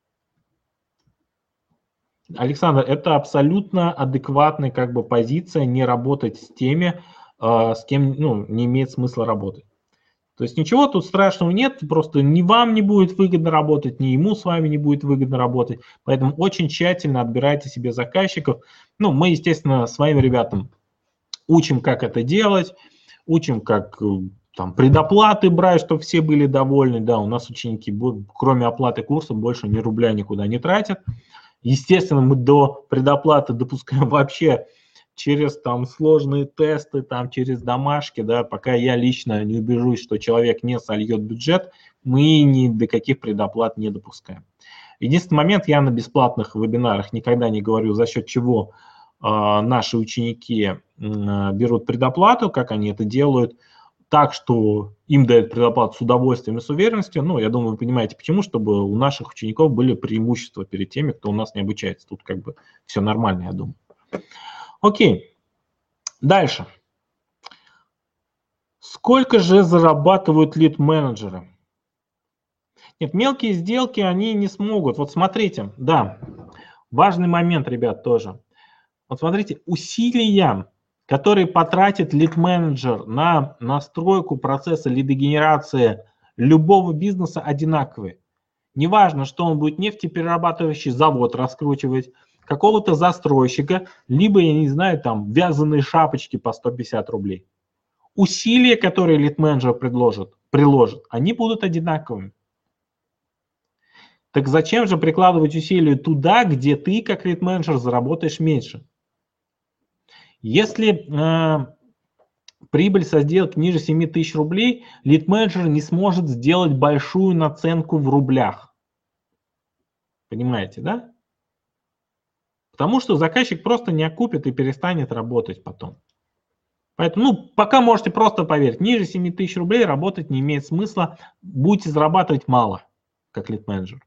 Александр, это абсолютно адекватная как бы позиция не работать с теми, с кем ну, не имеет смысла работать. То есть ничего тут страшного нет, просто ни вам не будет выгодно работать, ни ему с вами не будет выгодно работать. Поэтому очень тщательно отбирайте себе заказчиков. Ну, мы, естественно, своим ребятам учим, как это делать, учим, как там предоплаты брать, чтобы все были довольны. Да, у нас ученики, кроме оплаты курса, больше ни рубля никуда не тратят. Естественно, мы до предоплаты допускаем вообще через там сложные тесты, там через домашки, да, пока я лично не убежусь, что человек не сольет бюджет, мы ни до каких предоплат не допускаем. Единственный момент, я на бесплатных вебинарах никогда не говорю, за счет чего наши ученики берут предоплату, как они это делают, так, что им дают предоплату с удовольствием и с уверенностью. Ну, я думаю, вы понимаете, почему, чтобы у наших учеников были преимущества перед теми, кто у нас не обучается. Тут как бы все нормально, я думаю. Окей, дальше. Сколько же зарабатывают лид-менеджеры? Нет, мелкие сделки они не смогут. Вот смотрите, да, важный момент, ребят, тоже. Вот смотрите, усилия, которые потратит лид-менеджер на настройку процесса лидогенерации любого бизнеса, одинаковые. Неважно, что он будет нефтеперерабатывающий завод раскручивать, какого-то застройщика, либо, я не знаю, там вязаные шапочки по 150 рублей. Усилия, которые лид-менеджер приложит, они будут одинаковыми. Так зачем же прикладывать усилия туда, где ты, как лид-менеджер, заработаешь меньше? Если прибыль со сделок ниже 7 тысяч рублей, лид-менеджер не сможет сделать большую наценку в рублях. Понимаете, да? Потому что заказчик просто не окупит и перестанет работать потом. Поэтому, ну, пока можете просто поверить, ниже 7 тысяч рублей работать не имеет смысла, будете зарабатывать мало, как лид-менеджер.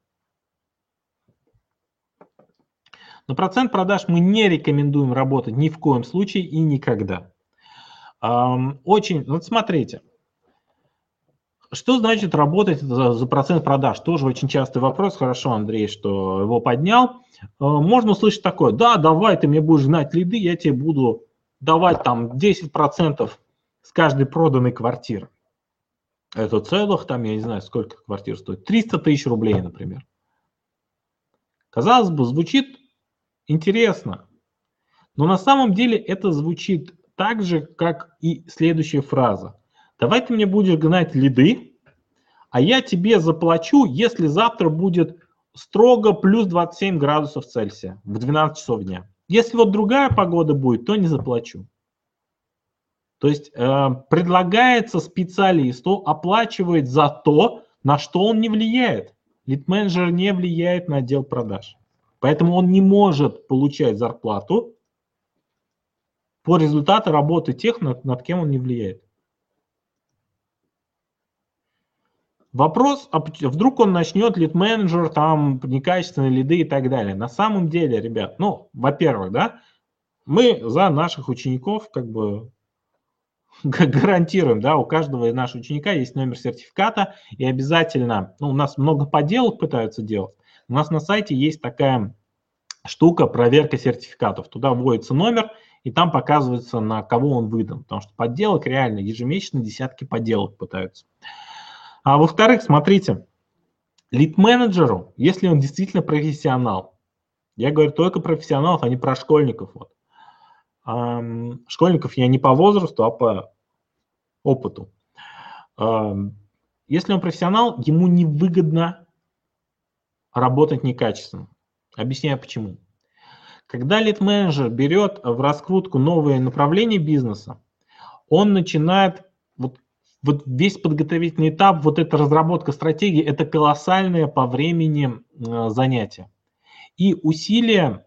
На процент продаж мы не рекомендуем работать ни в коем случае и никогда. Очень, вот смотрите, что значит работать за процент продаж? Тоже очень частый вопрос. Хорошо, Андрей, что его поднял. Можно услышать такое: да, давай, ты мне будешь знать лиды, я тебе буду давать там 10% с каждой проданной квартиры. Это целых, там, я не знаю, сколько квартир стоит, 300 тысяч рублей, например. Казалось бы, звучит интересно, но на самом деле это звучит так же, как и следующая фраза. Давай ты мне будешь гнать лиды, а я тебе заплачу, если завтра будет строго плюс 27 градусов Цельсия в 12 часов дня. Если вот другая погода будет, то не заплачу. То есть предлагается специалисту оплачивать за то, на что он не влияет. Лид-менеджер не влияет на отдел продаж. Поэтому он не может получать зарплату по результату работы тех, над кем он не влияет. Вопрос, а вдруг он начнет лид-менеджер, там, некачественные лиды и так далее. На самом деле, ребят, ну, во-первых, да, мы за наших учеников как бы гарантируем, да, у каждого из наших ученика есть номер сертификата, и обязательно, ну, у нас много поделок пытаются делать, у нас на сайте есть такая штука, проверка сертификатов. Туда вводится номер, и там показывается, на кого он выдан, потому что подделок реально ежемесячно десятки подделок пытаются. А во-вторых, смотрите, лид-менеджеру, если он действительно профессионал, я говорю только профессионалов, а не про школьников. Вот. Школьников я не по возрасту, а по опыту. Если он профессионал, ему невыгодно работать некачественно. Объясняю почему. Когда лид-менеджер берет в раскрутку новые направления бизнеса, он начинает, вот весь подготовительный этап, вот эта разработка стратегии, это колоссальное по времени занятие. И усилия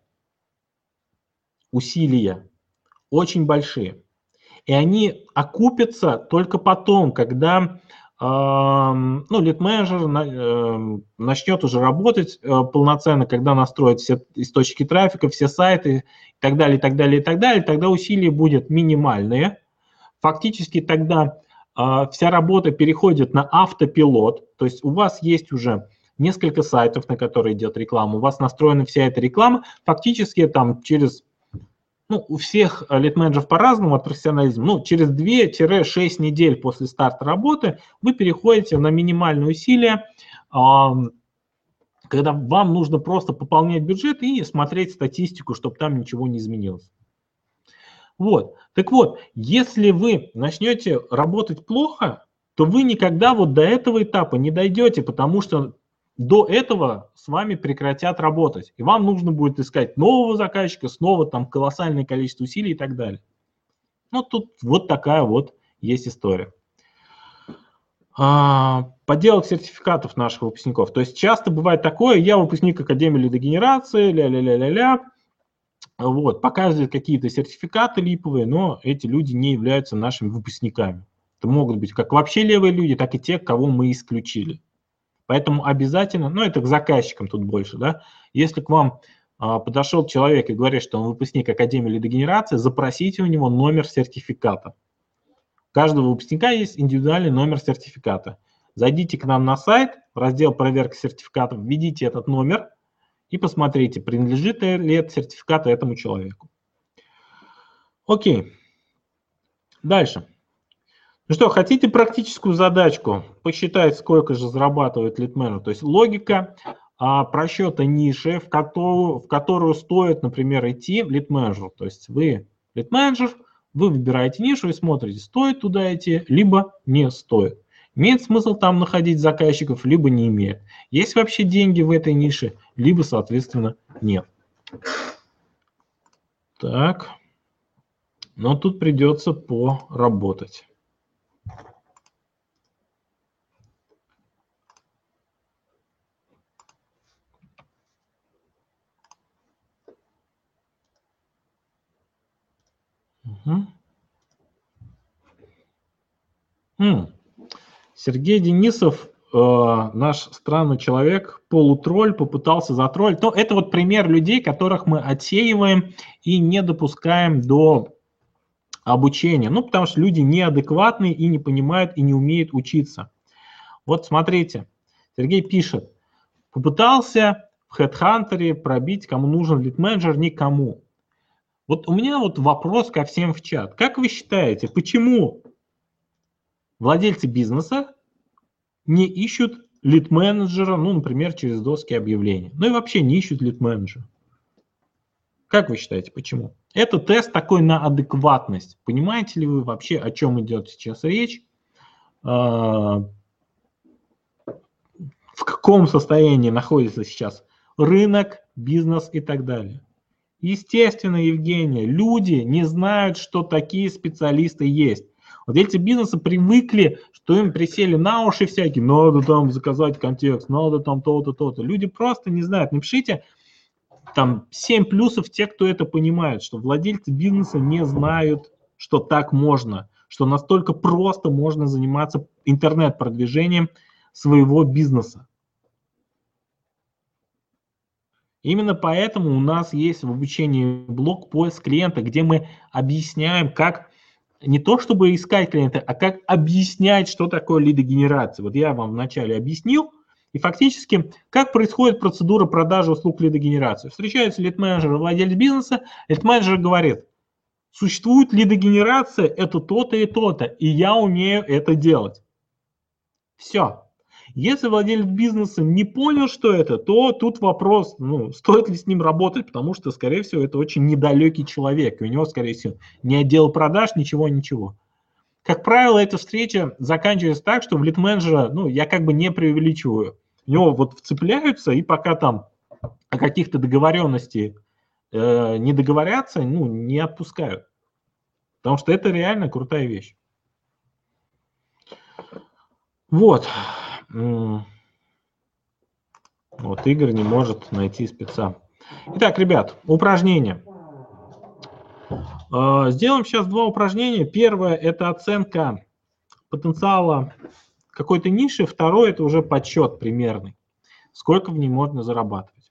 очень большие. И они окупятся только потом, когда лид-менеджер начнет уже работать полноценно, когда настроит все источники трафика, все сайты и так далее, и так далее, и так далее, тогда усилия будут минимальные. Фактически тогда вся работа переходит на автопилот, то есть у вас есть уже несколько сайтов, на которые идет реклама, у вас настроена вся эта реклама, фактически там через... у всех лид-менеджеров по-разному от профессионализма. Через 2-6 недель после старта работы вы переходите на минимальные усилия, когда вам нужно просто пополнять бюджет и смотреть статистику, чтобы там ничего не изменилось. Вот. Так вот, если вы начнете работать плохо, то вы никогда вот до этого этапа не дойдете, потому что до этого с вами прекратят работать. И вам нужно будет искать нового заказчика, снова там колоссальное количество усилий и так далее. Тут вот такая вот есть история. Подделок сертификатов наших выпускников. То есть часто бывает такое, я выпускник Академии лидогенерации, ля-ля-ля-ля-ля, вот, показывают какие-то сертификаты липовые, но эти люди не являются нашими выпускниками. Это могут быть как вообще левые люди, так и те, кого мы исключили. Поэтому обязательно, это к заказчикам тут больше, да, если к вам подошел человек и говорит, что он выпускник Академии лидогенерации, запросите у него номер сертификата. У каждого выпускника есть индивидуальный номер сертификата. Зайдите к нам на сайт, в раздел «Проверка сертификатов», введите этот номер и посмотрите, принадлежит ли этот сертификат этому человеку. Окей. Дальше. Ну что, хотите практическую задачку посчитать, сколько же зарабатывает лид-менеджер? То есть логика просчета ниши, в которую стоит, например, идти лид-менеджеру. То есть вы лид-менеджер, вы выбираете нишу и смотрите, стоит туда идти, либо не стоит. Имеет смысл там находить заказчиков, либо не имеет. Есть вообще деньги в этой нише, либо, соответственно, нет. Так. Но тут придется поработать. Сергей Денисов, наш странный человек, полутролль, попытался затроллить. Но это вот пример людей, которых мы отсеиваем и не допускаем до обучения. Потому что люди неадекватные и не понимают, и не умеют учиться. Вот смотрите, Сергей пишет, попытался в HeadHunter пробить, кому нужен лид-менеджер, никому. Вот у меня вот вопрос ко всем в чат. Как вы считаете, почему владельцы бизнеса не ищут лид-менеджера, например, через доски объявлений? И вообще не ищут лид-менеджера. Как вы считаете, почему? Это тест такой на адекватность. Понимаете ли вы вообще, о чем идет сейчас речь? В каком состоянии находится сейчас рынок, бизнес и так далее? Естественно, Евгения, люди не знают, что такие специалисты есть. Владельцы бизнеса привыкли, что им присели на уши всякие, надо там заказать контекст, надо там то-то, то-то. Люди просто не знают. Напишите там 7 плюсов те, кто это понимает, что владельцы бизнеса не знают, что так можно, что настолько просто можно заниматься интернет-продвижением своего бизнеса. Именно поэтому у нас есть в обучении блок «Поиск клиента», где мы объясняем, как не то чтобы искать клиента, а как объяснять, что такое лидогенерация. Вот я вам вначале объяснил, и фактически, как происходит процедура продажи услуг лидогенерации. Встречается лид-менеджер и владелец бизнеса, лид-менеджер говорит, существует лидогенерация, это то-то и то-то, и я умею это делать. Все. Если владелец бизнеса не понял, что это, то тут вопрос, стоит ли с ним работать, потому что, скорее всего, это очень недалекий человек, и у него, скорее всего, не отдел продаж, ничего. Как правило, эта встреча заканчивается так, что в лид-менеджера, я как бы не преувеличиваю, у него вот вцепляются, и пока там о каких-то договоренностях не договорятся, не отпускают. Потому что это реально крутая вещь. Вот. Вот Игорь не может найти спеца. Итак, ребят, упражнение. Сделаем сейчас два упражнения. Первое – это оценка потенциала какой-то ниши. Второе – это уже подсчет примерный. Сколько в ней можно зарабатывать.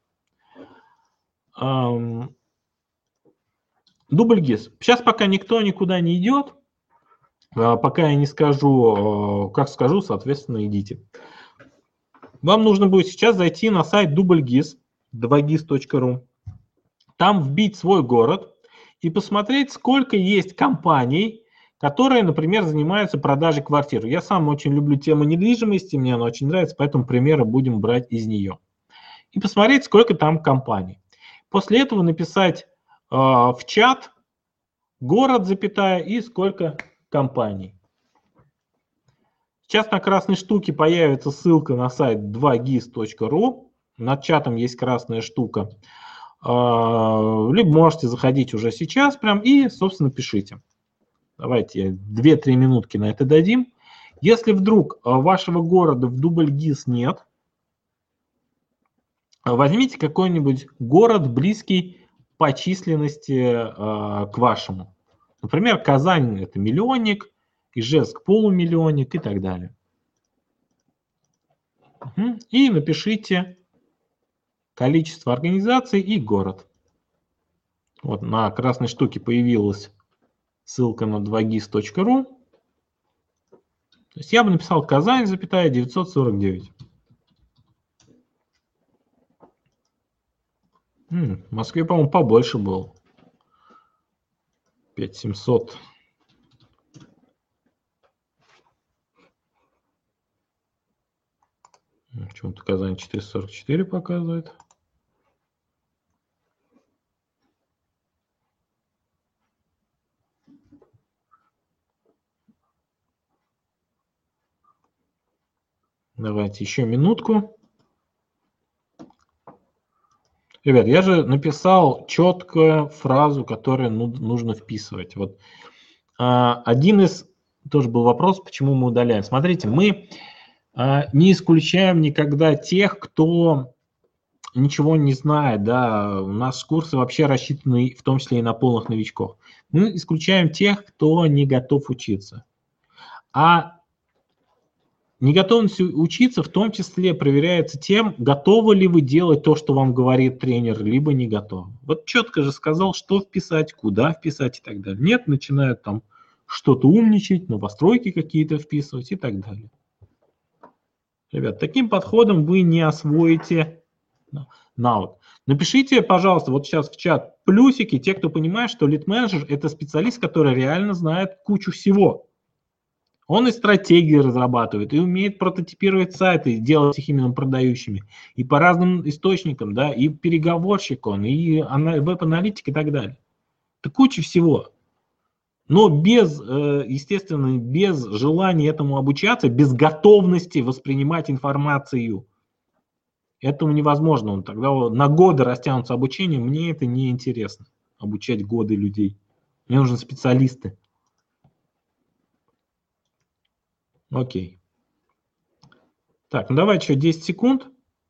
Дубль ГИС. Сейчас пока никто никуда не идет. Пока я не скажу, как скажу, соответственно, идите. Вам нужно будет сейчас зайти на сайт DoubleGIS, 2gis.ru, там вбить свой город и посмотреть, сколько есть компаний, которые, например, занимаются продажей квартир. Я сам очень люблю тему недвижимости, мне она очень нравится, поэтому примеры будем брать из нее. И посмотреть, сколько там компаний. После этого написать в чат город, запятая, и сколько компаний. Сейчас на красной штуке появится ссылка на сайт 2gis.ru. Над чатом есть красная штука. Либо можете заходить уже сейчас прям и, собственно, пишите. Давайте 2-3 минутки на это дадим. Если вдруг вашего города в DoubleGIS нет, возьмите какой-нибудь город, близкий по численности к вашему. Например, Казань – это миллионник, Ижевск – полумиллионник и так далее. И напишите количество организаций и город. Вот на красной штуке появилась ссылка на 2gis.ru. То есть я бы написал Казань, запятая, 949. В Москве, по-моему, побольше был. 5700. Почему-то Казань 444 показывает. Давайте еще минутку. Ребят, я же написал четкую фразу, которую нужно вписывать. Вот один из, тоже был вопрос, почему мы удаляем. Смотрите, мы не исключаем никогда тех, кто ничего не знает, да, у нас курсы вообще рассчитаны в том числе и на полных новичков. Мы исключаем тех, кто не готов учиться. А неготовность учиться в том числе проверяется тем, готовы ли вы делать то, что вам говорит тренер, либо не готовы. Вот четко же сказал, что вписать, куда вписать и так далее. Нет, начинают там что-то умничать, новостройки какие-то вписывать и так далее. Ребят, таким подходом вы не освоите навык. Напишите, пожалуйста, вот сейчас в чат плюсики, те, кто понимает, что лид-менеджер – это специалист, который реально знает кучу всего. Он и стратегии разрабатывает, и умеет прототипировать сайты, делать их именно продающими, и по разным источникам, да, и переговорщик он, и веб-аналитик и так далее. Это куча всего. Но без, естественно, без желания этому обучаться, без готовности воспринимать информацию, Этому невозможно. Тогда на годы растянутся обучение. Мне это не интересно. Обучать годы людей. Мне нужны специалисты. Окей. Так, ну давай еще 10 секунд.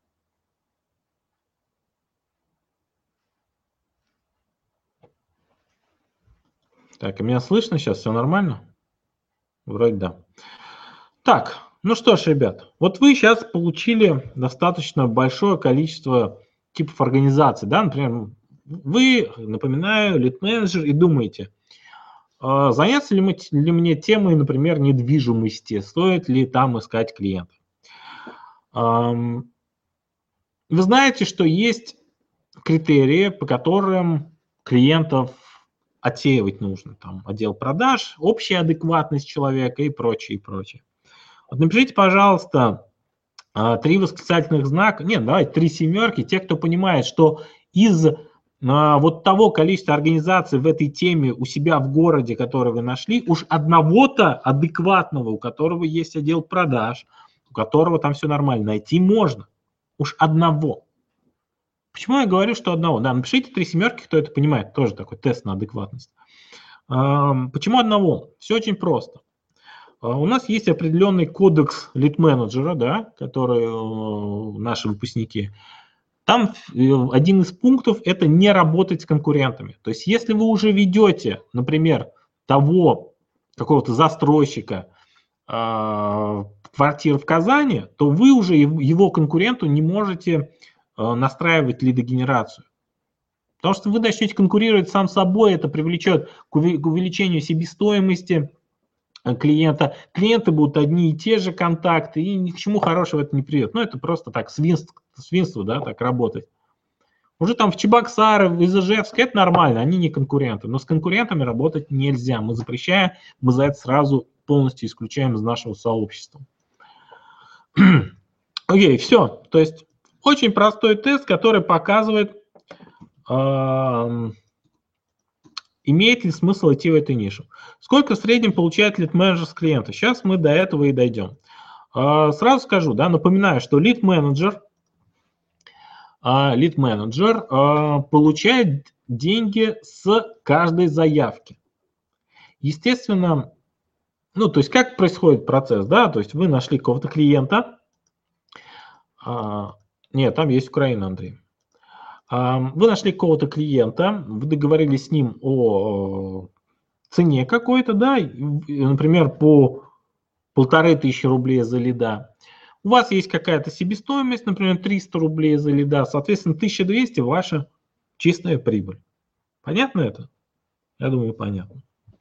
Так, меня слышно сейчас? Все нормально? Вроде да. Так, ну что ж, ребят, вот вы сейчас получили достаточно большое количество типов организаций, да, например, вы, напоминаю, лид-менеджер и думаете, заняться ли мне темой, например, недвижимости, стоит ли там искать клиента. Вы знаете, что есть критерии, по которым клиентов отсеивать нужно, там, отдел продаж, общая адекватность человека и прочее, и прочее. Вот напишите, пожалуйста, 3 восклицательных знака, нет, давайте 3 семерки, те, кто понимает, что из вот того количества организаций в этой теме у себя в городе, которые вы нашли, уж одного-то адекватного, у которого есть отдел продаж, у которого там все нормально, найти можно. Уж одного. Почему я говорю, что одного? Да, напишите 3 семерки, кто это понимает, тоже такой тест на адекватность. Почему одного? Все очень просто. У нас есть определенный кодекс лид-менеджера, да, который наши выпускники. Там один из пунктов – это не работать с конкурентами. То есть если вы уже ведете, например, того какого-то застройщика квартир в Казани, то вы уже его конкуренту не можете настраивать лидогенерацию. Потому что вы начнете конкурировать сам с собой, это привлечет к увеличению себестоимости клиента. Клиенты будут одни и те же контакты, и ни к чему хорошего это не приведет. Ну, это просто так, свинство, да, так работать. Уже там в Чебоксары, в Ижевске это нормально, они не конкуренты. Но с конкурентами работать нельзя. Мы запрещаем, мы за это сразу полностью исключаем из нашего сообщества. Окей, все. То есть очень простой тест, который показывает, имеет ли смысл идти в эту нишу. Сколько в среднем получает лид-менеджер с клиента? Сейчас мы до этого и дойдем. Сразу скажу, да, напоминаю, что лид-менеджер получает деньги с каждой заявки. Естественно, ну, то есть как происходит процесс, да, то есть вы нашли какого-то клиента, нет, там есть Украина, Андрей. Вы нашли какого-то клиента, вы договорились с ним о цене какой-то, да, например, по 1500 рублей за лида. У вас есть какая-то себестоимость, например, 300 рублей за лида, соответственно, 1200 ваша чистая прибыль. Понятно это? Я думаю, понятно.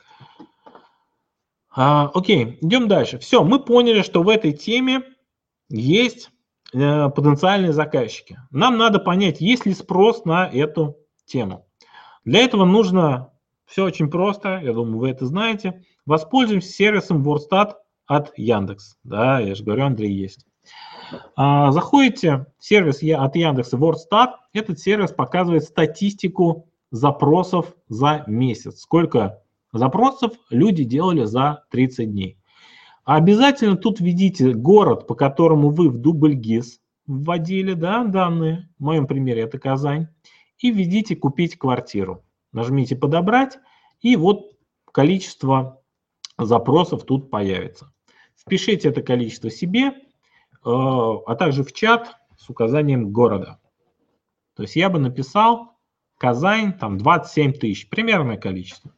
Окей, идем дальше. Все, мы поняли, что в этой теме есть потенциальные заказчики. Нам надо понять, есть ли спрос на эту тему. Для этого нужно, все очень просто, я думаю, вы это знаете, воспользуемся сервисом WordStat от Яндекс. Да, я же говорю, Андрей есть. Заходите в сервис от Яндекса WordStat. Этот сервис показывает статистику запросов за месяц. Сколько запросов люди делали за 30 дней. Обязательно тут введите город, по которому вы в дубль ГИС вводили, да, данные. В моем примере это Казань. И введите «Купить квартиру». Нажмите «Подобрать», и вот количество запросов тут появится. Впишите это количество себе, а также в чат с указанием города. То есть я бы написал Казань, там 27 тысяч, примерное количество.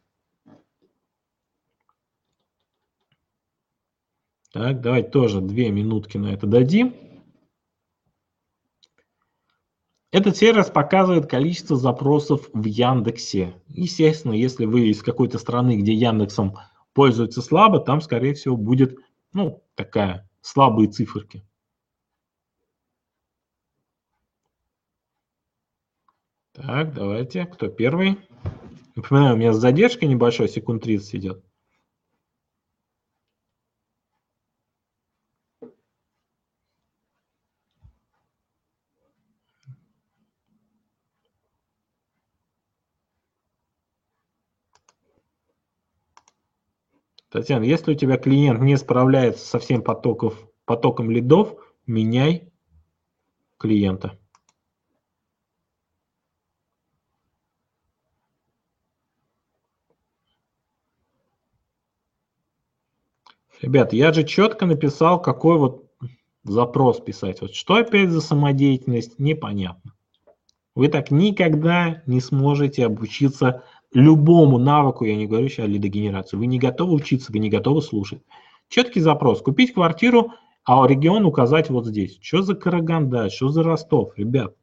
Так, давайте тоже 2 минутки на это дадим. Этот сервис показывает количество запросов в Яндексе. Естественно, если вы из какой-то страны, где Яндексом пользуются слабо, там, скорее всего, будет, ну, такая слабые циферки. Так, давайте, кто первый? Напоминаю, у меня с задержкой небольшой, секунд 30 идет. Татьяна, если у тебя клиент не справляется со всем потоком лидов, меняй клиента. Ребята, я же четко написал, какой вот запрос писать. Вот что опять за самодеятельность, непонятно. Вы так никогда не сможете обучиться любому навыку, я не говорю сейчас о лидогенерации. Вы не готовы учиться, вы не готовы слушать. Четкий запрос. Купить квартиру, а регион указать вот здесь. Что за Караганда, что за Ростов, ребят?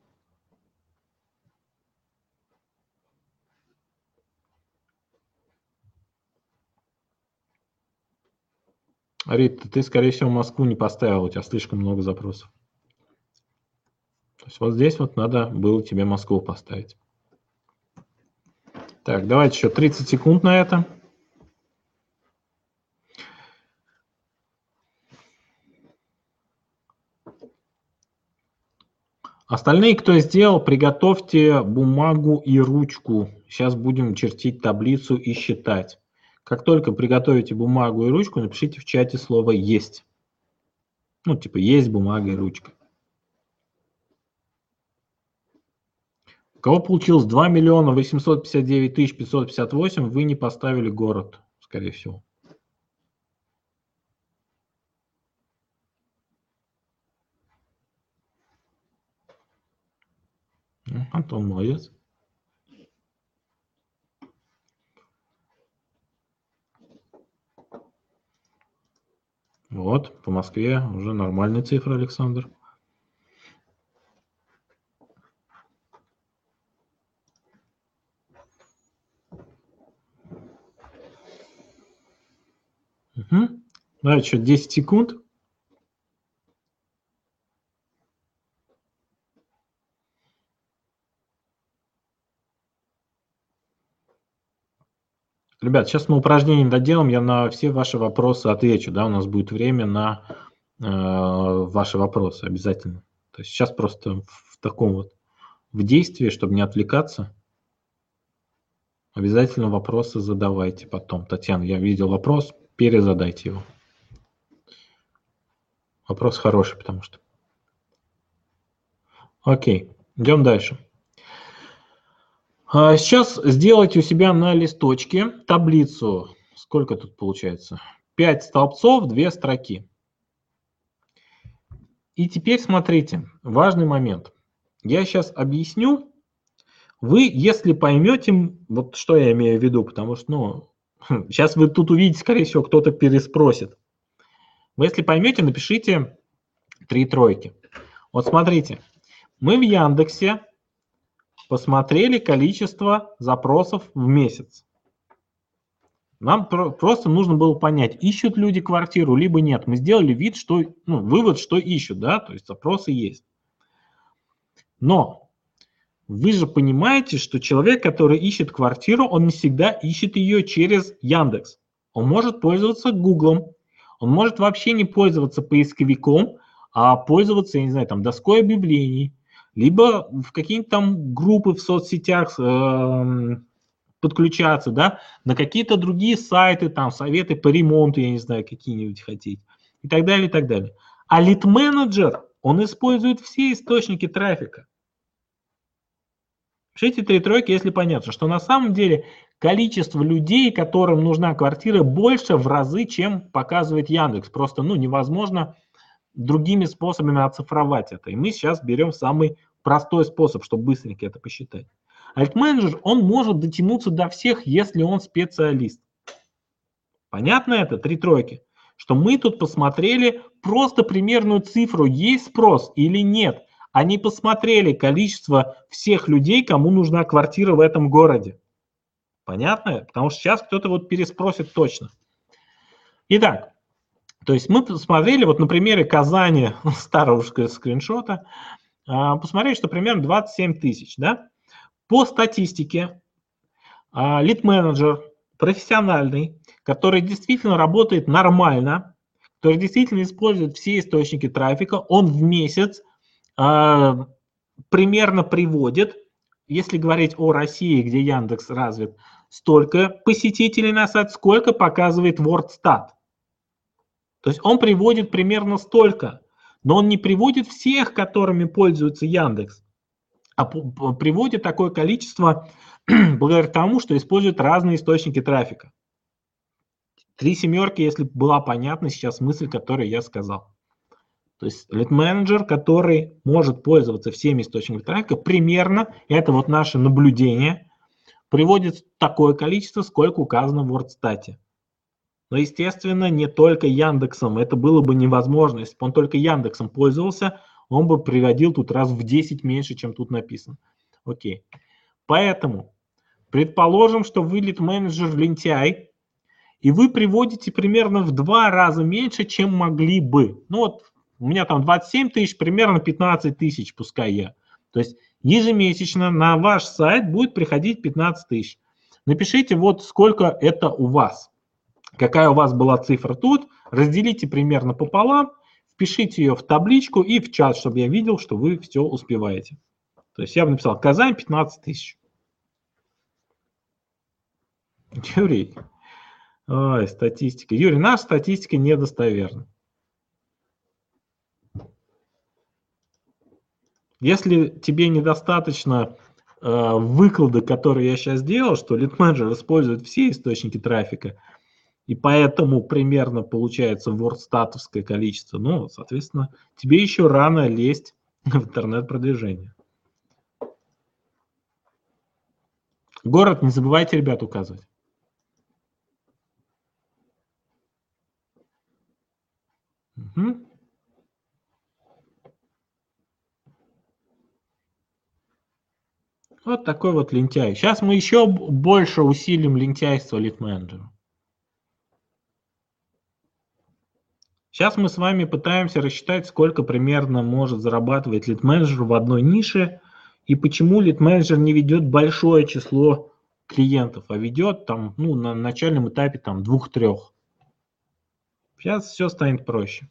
Рита, ты, скорее всего, Москву не поставил, у тебя слишком много запросов. То есть вот здесь вот надо было тебе Москву поставить. Так, давайте еще 30 секунд на это. Остальные, кто сделал, приготовьте бумагу и ручку. Сейчас будем чертить таблицу и считать. Как только приготовите бумагу и ручку, напишите в чате слово «есть». Ну, типа «есть бумага и ручка». У кого получилось 2 миллиона 859 тысяч 558, вы не поставили город, скорее всего. Антон, молодец. Вот, по Москве уже нормальная цифра, Александр. Угу. Давайте еще 10 секунд. Ребят, сейчас мы упражнение доделаем, я на все ваши вопросы отвечу, да, у нас будет время на ваши вопросы обязательно. То есть сейчас просто в таком вот, в действии, чтобы не отвлекаться, обязательно вопросы задавайте потом. Татьяна, я видел вопрос, перезадайте его. Вопрос хороший, потому что. Окей, идем дальше. Сейчас сделайте у себя на листочке таблицу. Сколько тут получается? 5 столбцов, 2 строки. И теперь смотрите, важный момент. Я сейчас объясню. Вы, если поймете, вот что я имею в виду, потому что, ну, сейчас вы тут увидите, скорее всего, кто-то переспросит. Вы, если поймете, напишите 3 тройки. Вот смотрите, мы в Яндексе посмотрели количество запросов в месяц. Нам просто нужно было понять, ищут люди квартиру, либо нет. Мы сделали вид, что, ну, вывод, что ищут, да, то есть запросы есть. Но вы же понимаете, что человек, который ищет квартиру, он не всегда ищет ее через Яндекс. Он может пользоваться Гуглом, он может вообще не пользоваться поисковиком, а пользоваться, я не знаю, там, доской объявлений, либо в какие-нибудь там группы в соцсетях подключаться, да, на какие-то другие сайты, там, советы по ремонту, я не знаю, какие-нибудь хотите, и так далее, и так далее. А лид-менеджер, он использует все источники трафика. Пишите 3 тройки, если понятно, что на самом деле количество людей, которым нужна квартира, больше в разы, чем показывает Яндекс. Просто, ну, невозможно другими способами оцифровать это. И мы сейчас берем самый простой способ, чтобы быстренько это посчитать. Альт-менеджер, он может дотянуться до всех, если он специалист. Понятно это? 3 тройки. Что мы тут посмотрели просто примерную цифру, есть спрос или нет. Они посмотрели количество всех людей, кому нужна квартира в этом городе. Понятно? Потому что сейчас кто-то вот переспросит точно. Итак, то есть мы посмотрели, вот на примере Казани, старого скриншота, посмотрели, что примерно 27 тысяч, да? По статистике, лид-менеджер профессиональный, который действительно работает нормально, который действительно использует все источники трафика, он в месяц примерно приводит, если говорить о России, где Яндекс развит, столько посетителей на сайт, сколько показывает WordStat. То есть он приводит примерно столько. Но он не приводит всех, которыми пользуется Яндекс, а приводит такое количество благодаря тому, что использует разные источники трафика. 3 семерки, если была понятна сейчас мысль, которую я сказал. То есть лид-менеджер, который может пользоваться всеми источниками трафика, примерно, это вот наше наблюдение, приводит такое количество, сколько указано в WordStat. Но, естественно, не только Яндексом. Это было бы невозможно. Если бы он только Яндексом пользовался, он бы приводил тут раз в 10 меньше, чем тут написано. Окей. Поэтому предположим, что вы лид-менеджер лентяй, и вы приводите примерно в 2 раза меньше, чем могли бы. Ну вот у меня там 27 тысяч, примерно 15 тысяч, пускай я. То есть ежемесячно на ваш сайт будет приходить 15 тысяч. Напишите вот сколько это у вас. Какая у вас была цифра тут, разделите примерно пополам, впишите ее в табличку и в чат, чтобы я видел, что вы все успеваете. То есть я бы написал Казань 15 тысяч. Юрий, ой, статистика. Юрий, наша статистика недостоверна. Если тебе недостаточно выклада, которые я сейчас делал, что лид-менеджер использует все источники трафика, и поэтому примерно получается WordStat-овское количество, ну, соответственно, тебе еще рано лезть в интернет-продвижение. Город не забывайте, ребят, указывать. Угу. Вот такой вот лентяй. Сейчас мы еще больше усилим лентяйство лид-менеджера. Сейчас мы с вами пытаемся рассчитать, сколько примерно может зарабатывать лид-менеджер в одной нише, и почему лид-менеджер не ведет большое число клиентов, а ведет там, ну, на начальном этапе там 2-3. Сейчас все станет проще.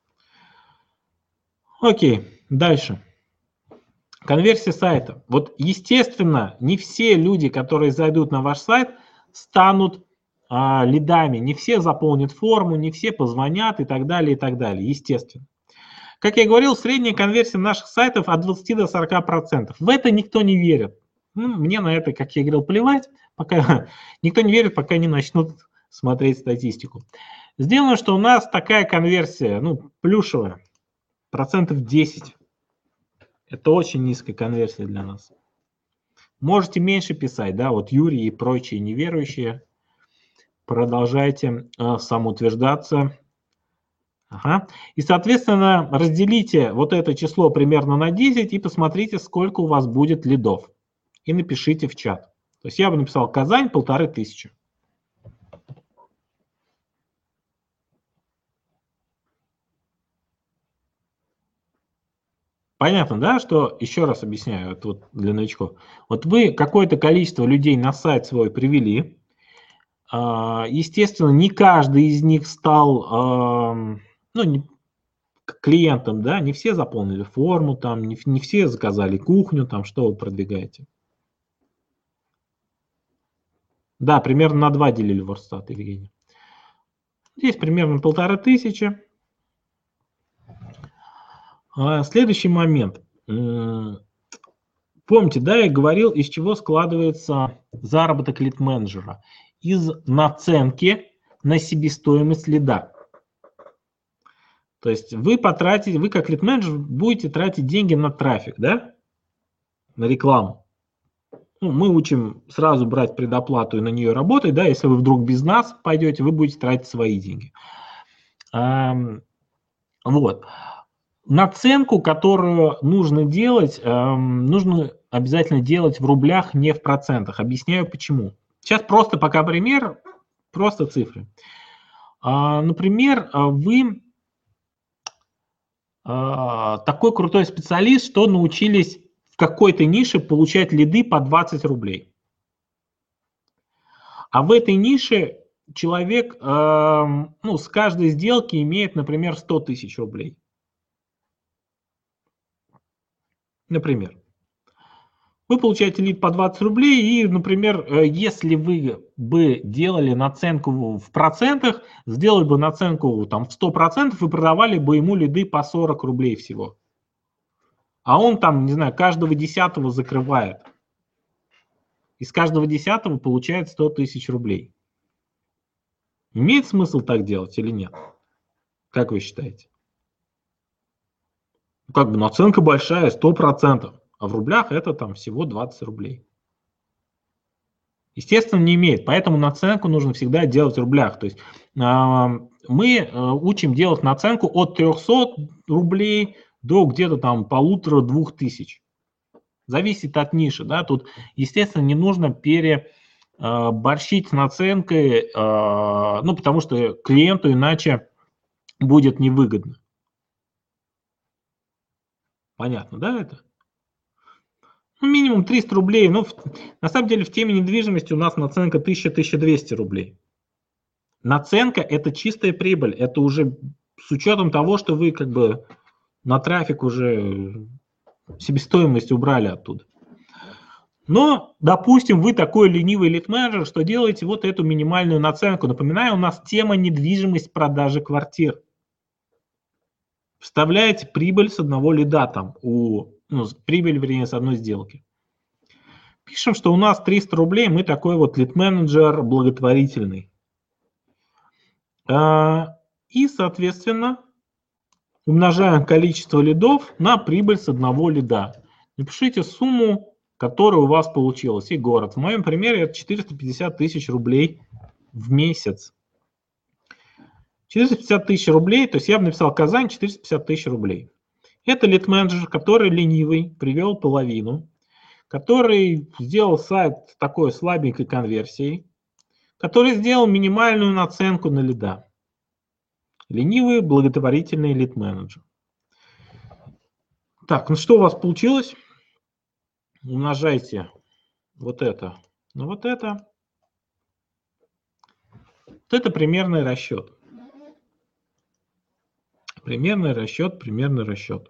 Окей, дальше. Конверсия сайта. Вот, естественно, не все люди, которые зайдут на ваш сайт, станут лидами. Не все заполнят форму, не все позвонят и так далее, естественно. Как я говорил, средняя конверсия наших сайтов от 20 до 40%. В это никто не верит. Ну, мне на это, как я говорил, плевать. Пока никто не верит, пока не начнут смотреть статистику. Сделаем, что у нас такая конверсия, ну, плюшевая, 10%. Это очень низкая конверсия для нас. Можете меньше писать, да, вот Юрий и прочие неверующие. Продолжайте самоутверждаться. Ага. И, соответственно, разделите вот это число примерно на 10 и посмотрите, сколько у вас будет лидов. И напишите в чат. То есть я бы написал Казань 1500. Понятно, да, что, еще раз объясняю, это вот для новичков. Вот вы какое-то количество людей на сайт свой привели. Естественно, не каждый из них стал клиентом, да, не все заполнили форму, там, не все заказали кухню, там, что вы продвигаете. Да, примерно на 2 делили WordStat, Евгений. Здесь примерно 1500. Следующий момент. Помните, да, я говорил, из чего складывается заработок лид-менеджера? Из наценки на себестоимость лида. То есть вы потратите, вы как лид-менеджер будете тратить деньги на трафик, да? На рекламу. Ну, мы учим сразу брать предоплату и на нее работать, да? Если вы вдруг без нас пойдете, вы будете тратить свои деньги. Вот. Наценку, которую нужно делать, нужно обязательно делать в рублях, не в процентах. Объясняю почему. Сейчас просто пока пример, просто цифры. Например, вы такой крутой специалист, что научились в какой-то нише получать лиды по 20 рублей. А в этой нише человек с каждой сделки имеет, например, 100 тысяч рублей. Например. Вы получаете лид по 20 рублей, и, например, если вы бы делали наценку в процентах, сделали бы наценку там, в 100% и продавали бы ему лиды по 40 рублей всего. А он там, не знаю, каждого 10-го закрывает. Из каждого 10-го получает 100 тысяч рублей. Имеет смысл так делать или нет? Как вы считаете? Как бы наценка большая, 100%, а в рублях это там всего 20 рублей. Естественно, не имеет, поэтому наценку нужно всегда делать в рублях. То есть мы учим делать наценку от 300 рублей до где-то там 1500-2000. Зависит от ниши. Да? Тут, естественно, не нужно переборщить с наценкой, ну, потому что клиенту иначе будет невыгодно. Понятно, да, это? Ну, минимум 300 рублей. Ну, на самом деле в теме недвижимости у нас наценка 1000-1200 рублей. Наценка – это чистая прибыль. Это уже с учетом того, что вы как бы на трафик уже себестоимость убрали оттуда. Но, допустим, вы такой ленивый лид-менеджер, что делаете вот эту минимальную наценку. Напоминаю, у нас тема недвижимость продажи квартир. Вставляете прибыль с одного лида, там, прибыль, вернее, с одной сделки. Пишем, что у нас 300 рублей, мы такой вот лид-менеджер благотворительный. И, соответственно, умножаем количество лидов на прибыль с одного лида. Напишите сумму, которая у вас получилась, и город. В моем примере это 450 тысяч рублей в месяц. 450 тысяч рублей, то есть я бы написал Казань 450 тысяч рублей. Это лид-менеджер, который ленивый, привел половину, который сделал сайт такой слабенькой конверсией, который сделал минимальную наценку на лида. Ленивый благотворительный лид-менеджер. Так, ну что у вас получилось? Умножайте вот это на вот это. Вот это примерный расчет. Примерный расчет, примерный расчет.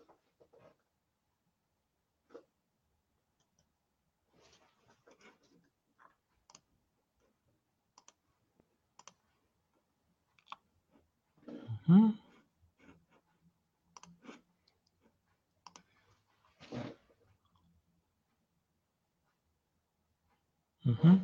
Угу. Угу.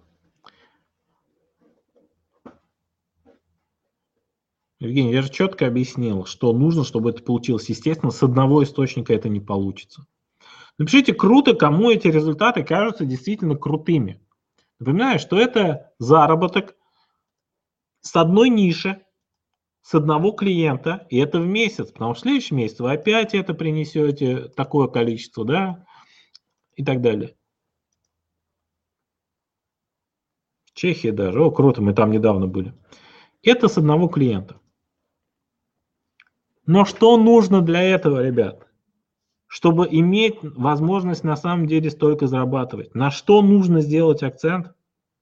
Евгений, я же четко объяснил, что нужно, чтобы это получилось. Естественно, с одного источника это не получится. Напишите круто, кому эти результаты кажутся действительно крутыми. Напоминаю, что это заработок с одной ниши, с одного клиента, и это в месяц, потому что в следующем месяце вы опять это принесете, такое количество, да, и так далее. Чехия даже, о, круто, мы там недавно были. Это с одного клиента. Но что нужно для этого, ребят? Чтобы иметь возможность на самом деле столько зарабатывать. На что нужно сделать акцент?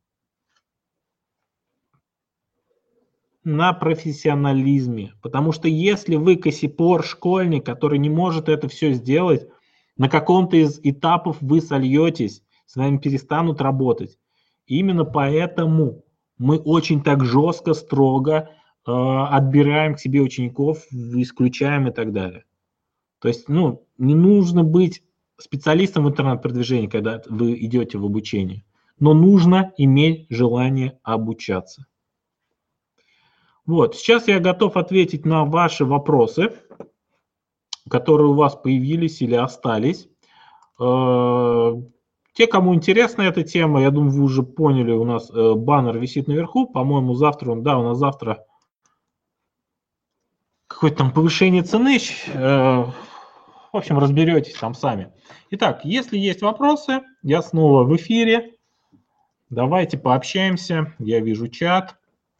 На профессионализме. Потому что если вы косипор, школьник, который не может это все сделать, на каком-то из этапов вы сольетесь, с вами перестанут работать. И именно поэтому мы очень так жестко, строго отбираем к себе учеников, исключаем и так далее. То есть, ну, не нужно быть специалистом в интернет-продвижении, когда вы идете в обучение, но нужно иметь желание обучаться. Вот, сейчас я готов ответить на ваши вопросы, которые у вас появились или остались. Те, кому интересна эта тема, я думаю, вы уже поняли, у нас баннер висит наверху, по-моему, завтра, да, у нас завтра какое-то там повышение цены, в общем, разберетесь там сами. Итак, если есть вопросы, я снова в эфире, давайте пообщаемся, я вижу чат,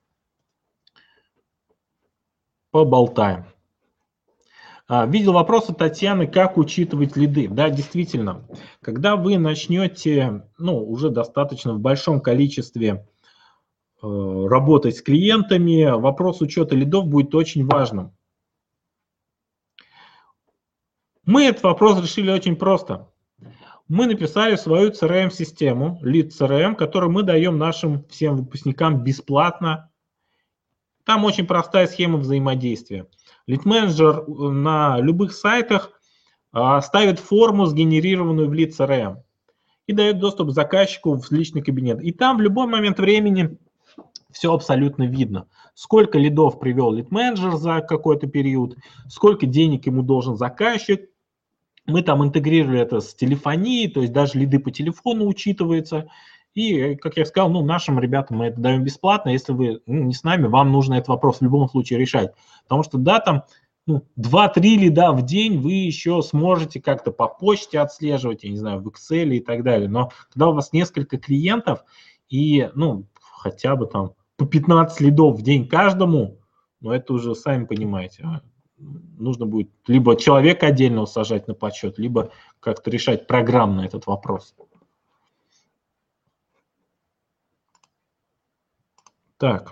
поболтаем. Видел вопрос от Татьяны, как учитывать лиды. Да, действительно, когда вы начнете, ну, уже достаточно в большом количестве работать с клиентами, вопрос учета лидов будет очень важным. Мы этот вопрос решили очень просто. Мы написали свою CRM-систему, Lead CRM, которую мы даем нашим всем выпускникам бесплатно. Там очень простая схема взаимодействия. Lead Manager на любых сайтах ставит форму, сгенерированную в Lead CRM, и дает доступ заказчику в личный кабинет. И там в любой момент времени все абсолютно видно. Сколько лидов привел лид-менеджер за какой-то период, сколько денег ему должен заказчик. Мы там интегрировали это с телефонией, то есть даже лиды по телефону учитываются. И, как я сказал, нашим ребятам мы это даем бесплатно. Если вы не с нами, вам нужно этот вопрос в любом случае решать. Потому что, да, там 2-3 лида в день вы еще сможете как-то по почте отслеживать, я не знаю, в Excel и так далее. Но когда у вас несколько клиентов и, хотя бы там по 15 лидов в день каждому, это уже, сами понимаете, нужно будет либо человека отдельно сажать на подсчет, либо как-то решать программно этот вопрос. Так.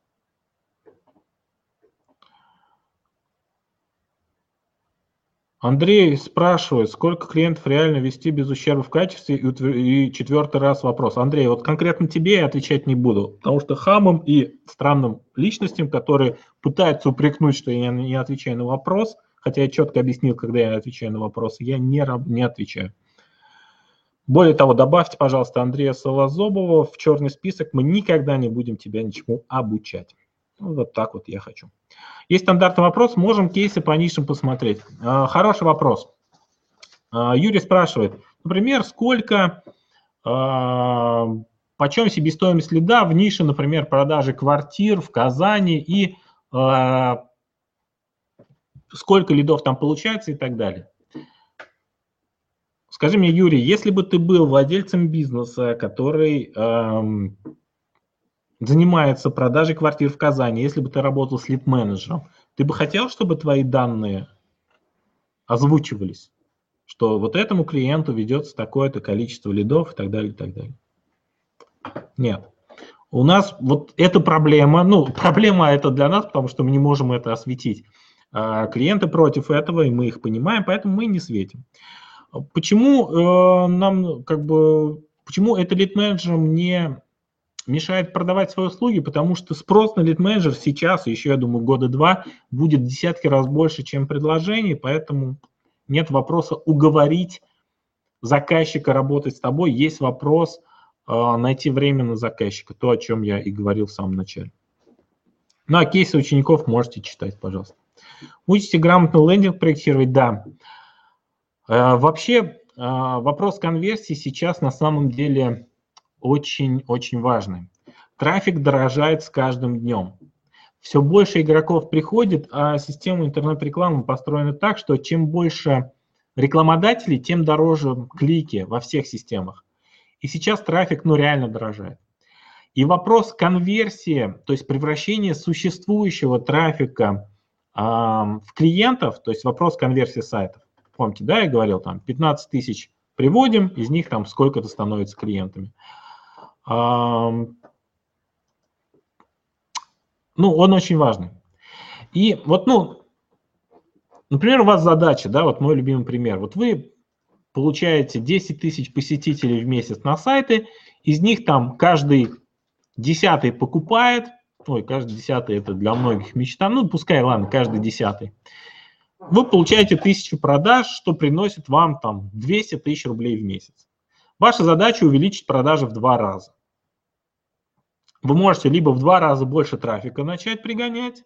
Андрей спрашивает, сколько клиентов реально вести без ущерба в качестве, и четвертый раз вопрос. Андрей, вот конкретно тебе я отвечать не буду, потому что хамам и странным личностям, которые пытаются упрекнуть, что я не отвечаю на вопрос, хотя я четко объяснил, когда я отвечаю на вопросы, я не отвечаю. Более того, добавьте, пожалуйста, Андрея Солозобова в черный список, мы никогда не будем тебя ничему обучать. Вот так вот я хочу. Есть стандартный вопрос, можем кейсы по нишам посмотреть. Хороший вопрос. Юрий спрашивает, например, почем себестоимость лида в нише, например, продажи квартир в Казани и сколько лидов там получается и так далее. Скажи мне, Юрий, если бы ты был владельцем бизнеса, который занимается продажей квартир в Казани, если бы ты работал с лид-менеджером, ты бы хотел, чтобы твои данные озвучивались? Что вот этому клиенту ведется такое-то количество лидов и так далее, и так далее. Нет. У нас вот эта проблема, проблема это для нас, потому что мы не можем это осветить. Клиенты против этого, и мы их понимаем, поэтому мы не светим. Почему почему это лид-менеджерам не мешает продавать свои услуги? Потому что спрос на лид-менеджер сейчас, еще, я думаю, года 2, будет в десятки раз больше, чем предложений, поэтому нет вопроса уговорить заказчика работать с тобой, есть вопрос найти время на заказчика, то, о чем я и говорил в самом начале. А кейсы учеников можете читать, пожалуйста. Учите грамотно лендинг проектировать? Да. Вообще, вопрос конверсии сейчас на самом деле очень-очень важный. Трафик дорожает с каждым днем. Все больше игроков приходит, а система интернет-рекламы построена так, что чем больше рекламодателей, тем дороже клики во всех системах. И сейчас трафик реально дорожает. И вопрос конверсии, то есть превращения существующего трафика в клиентов, то есть вопрос конверсии сайтов. Помните, да, я говорил, там 15 тысяч приводим, из них там сколько-то становится клиентами. Он очень важный. И вот, например, у вас задача, да, вот мой любимый пример. Вот вы получаете 10 тысяч посетителей в месяц на сайты, из них там каждый 10-й покупает, каждый 10-й это для многих мечта, пускай, ладно, каждый 10-й. Вы получаете 1000 продаж, что приносит вам там 200 тысяч рублей в месяц. Ваша задача увеличить продажи в 2 раза. Вы можете либо в 2 раза больше трафика начать пригонять,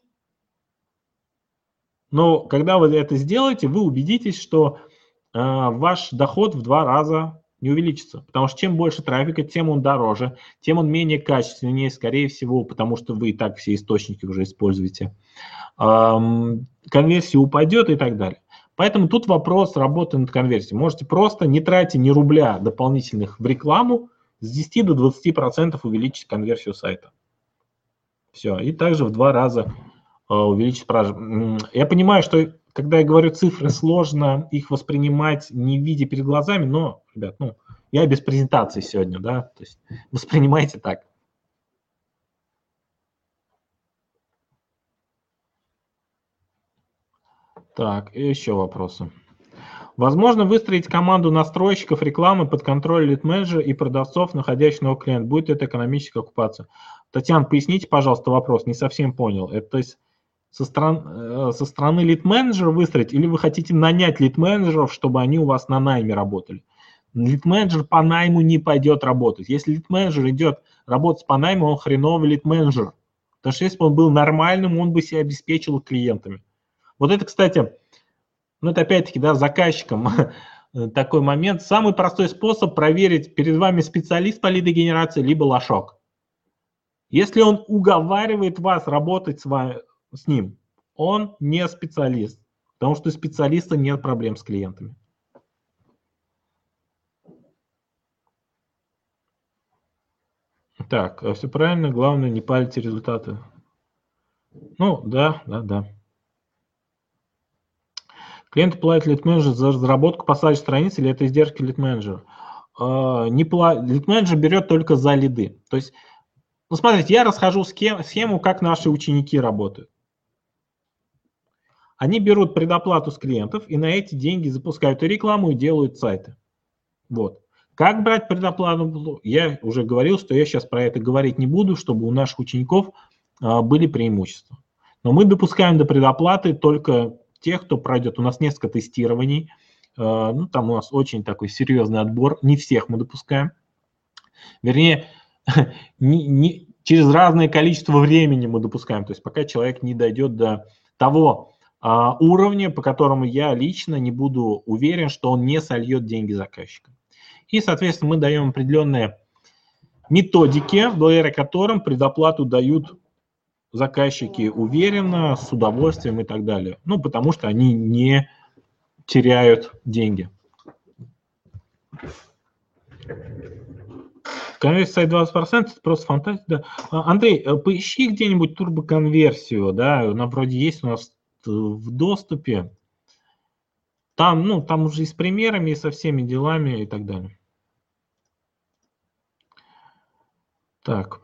но когда вы это сделаете, вы убедитесь, что ваш доход в 2 раза не увеличится. Потому что чем больше трафика, тем он дороже, тем он менее качественнее, скорее всего, потому что вы и так все источники уже используете. Конверсия упадет и так далее. Поэтому тут вопрос работы над конверсией. Можете просто, не тратя ни рубля дополнительных в рекламу, с 10 до 20% увеличить конверсию сайта. Все. И также в 2 раза увеличить продажи. Я понимаю, что когда я говорю цифры, сложно их воспринимать, не видя перед глазами, но, ребят, я без презентации сегодня, да, то есть воспринимайте так. Так, и еще вопросы. Возможно выстроить команду настройщиков рекламы под контроль лид-менеджера и продавцов, находящихся у клиента. Будет это экономическая оккупация? Татьяна, поясните, пожалуйста, вопрос. Не совсем понял. Это то есть со стороны лид-менеджера выстроить, или вы хотите нанять лид-менеджеров, чтобы они у вас на найме работали? Лид-менеджер по найму не пойдет работать. Если лид-менеджер идет работать по найму, он хреновый лид-менеджер. Потому что если бы он был нормальным, он бы себя обеспечил клиентами. Вот это, кстати, ну это опять-таки, да, заказчикам такой момент. Самый простой способ проверить, перед вами специалист по лидогенерации, либо лошок. Если он уговаривает вас работать с ним, он не специалист, потому что у специалиста нет проблем с клиентами. Так, все правильно, главное не палите результаты. Ну, да. Клиент платит лид-менеджеру за разработку посадочной страницы, или это издержки лид-менеджера? Лид-менеджер берет только за лиды. То есть, ну, смотрите, я расхожу схему, как наши ученики работают. Они берут предоплату с клиентов и на эти деньги запускают и рекламу, и делают сайты. Вот. Как брать предоплату? Я уже говорил, что я сейчас про это говорить не буду, чтобы у наших учеников были преимущества. Но мы допускаем до предоплаты только тех, кто пройдет. У нас несколько тестирований. Ну, там у нас очень такой серьезный отбор. Не всех мы допускаем. Вернее, через разное количество времени мы допускаем. То есть пока человек не дойдет до того уровня, по которому я лично не буду уверен, что он не сольет деньги заказчика. И, соответственно, мы даем определенные методики, благодаря которым предоплату дают заказчики уверенно, с удовольствием и так далее. Ну, потому что они не теряют деньги. Конверсия сайт 20%, это просто фантастика. Да. Андрей, поищи где-нибудь турбоконверсию, да, она вроде есть у нас в доступе. Там, ну, там уже и с примерами, и со всеми делами и так далее. Так.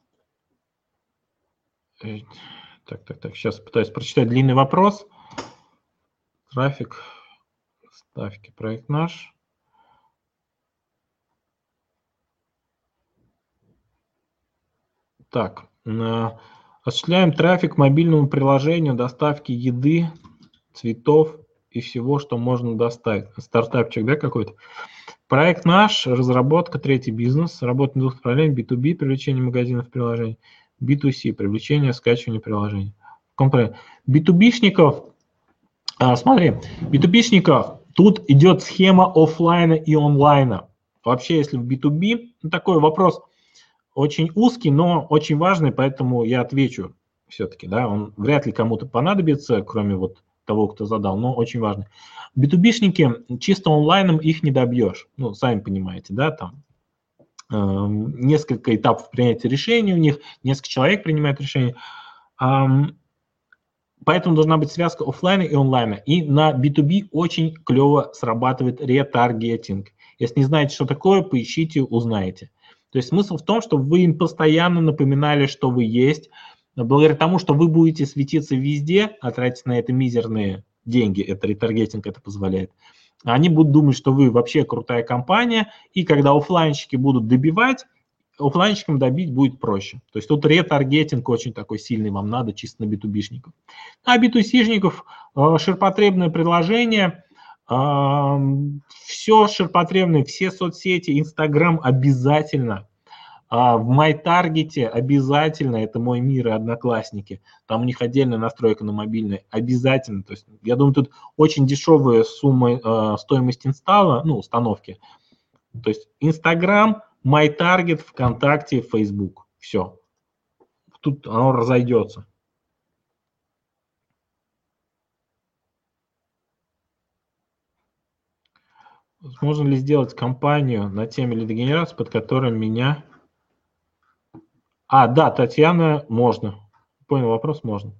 Так. Сейчас пытаюсь прочитать длинный вопрос. Трафик, ставки, проект наш. Так. Осуществляем трафик к мобильному приложению, доставки еды, цветов и всего, что можно доставить. Стартапчик, да, какой-то? Проект наш, разработка, третий бизнес, работа на двух направлениях, B2B, привлечение магазинов приложений, B2C, привлечение, скачивание приложений. B2B-шников, смотри, B2B-шников, тут идет схема офлайна и онлайна. Вообще, если в B2B, ну, такой вопрос очень узкий, но очень важный, поэтому я отвечу все-таки, да, он вряд ли кому-то понадобится, кроме вот того, кто задал, но очень важный. B2B-шники чисто онлайном их не добьешь, ну, сами понимаете, да, там несколько этапов принятия решений у них, несколько человек принимают решения, поэтому должна быть связка офлайна и онлайна, и на B2B очень клево срабатывает ретаргетинг. Если не знаете, что такое, поищите, узнаете. То есть смысл в том, чтобы вы им постоянно напоминали, что вы есть. Благодаря тому, что вы будете светиться везде, а тратить на это мизерные деньги, это ретаргетинг это позволяет, они будут думать, что вы вообще крутая компания, и когда офлайнщики будут добивать, офлайнщикам добить будет проще. То есть тут ретаргетинг очень такой сильный вам надо, чисто на B2B-шников. А B2C-шников ширпотребное предложение, все ширпотребное, все соцсети, Инстаграм обязательно, в MyTarget обязательно, это Мой Мир и Одноклассники, там у них отдельная настройка на мобильной, обязательно. То есть, я думаю, тут очень дешевая сумма, стоимость инсталла, ну, установки. То есть Инстаграм, MyTarget, ВКонтакте, Facebook. Все. Тут оно разойдется. Можно ли сделать кампанию на теме лидогенерации, под которой меня... Да, Татьяна, можно. Понял вопрос, можно.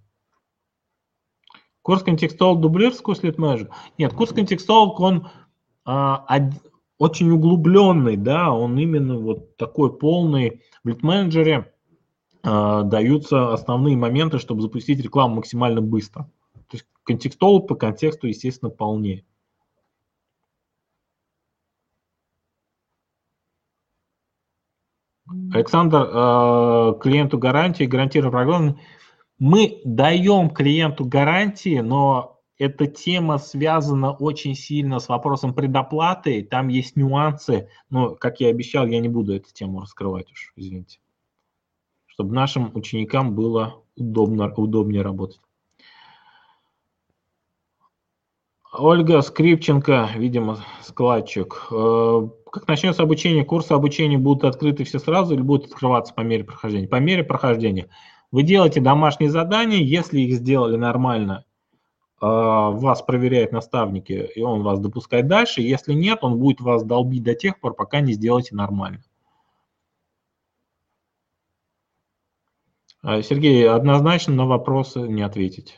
Курс контекстуал дублирует с курс лид-менеджера? Нет, курс контекстуал, он очень углубленный, да, он именно вот такой полный. В лид-менеджере даются основные моменты, чтобы запустить рекламу максимально быстро. То есть контекстуал по контексту, естественно, полнее. Александр, клиенту гарантии, гарантируем программу. Мы даем клиенту гарантии, но эта тема связана очень сильно с вопросом предоплаты. Там есть нюансы, но, как я обещал, я не буду эту тему раскрывать уж, извините. Чтобы нашим ученикам было удобнее работать. Ольга Скрипченко, видимо, складчик. Как начнется обучение, курсы обучения будут открыты все сразу или будут открываться по мере прохождения? По мере прохождения. Вы делаете домашние задания, если их сделали нормально, вас проверяют наставники, и он вас допускает дальше. Если нет, он будет вас долбить до тех пор, пока не сделаете нормально. Сергей, однозначно на вопросы не ответить.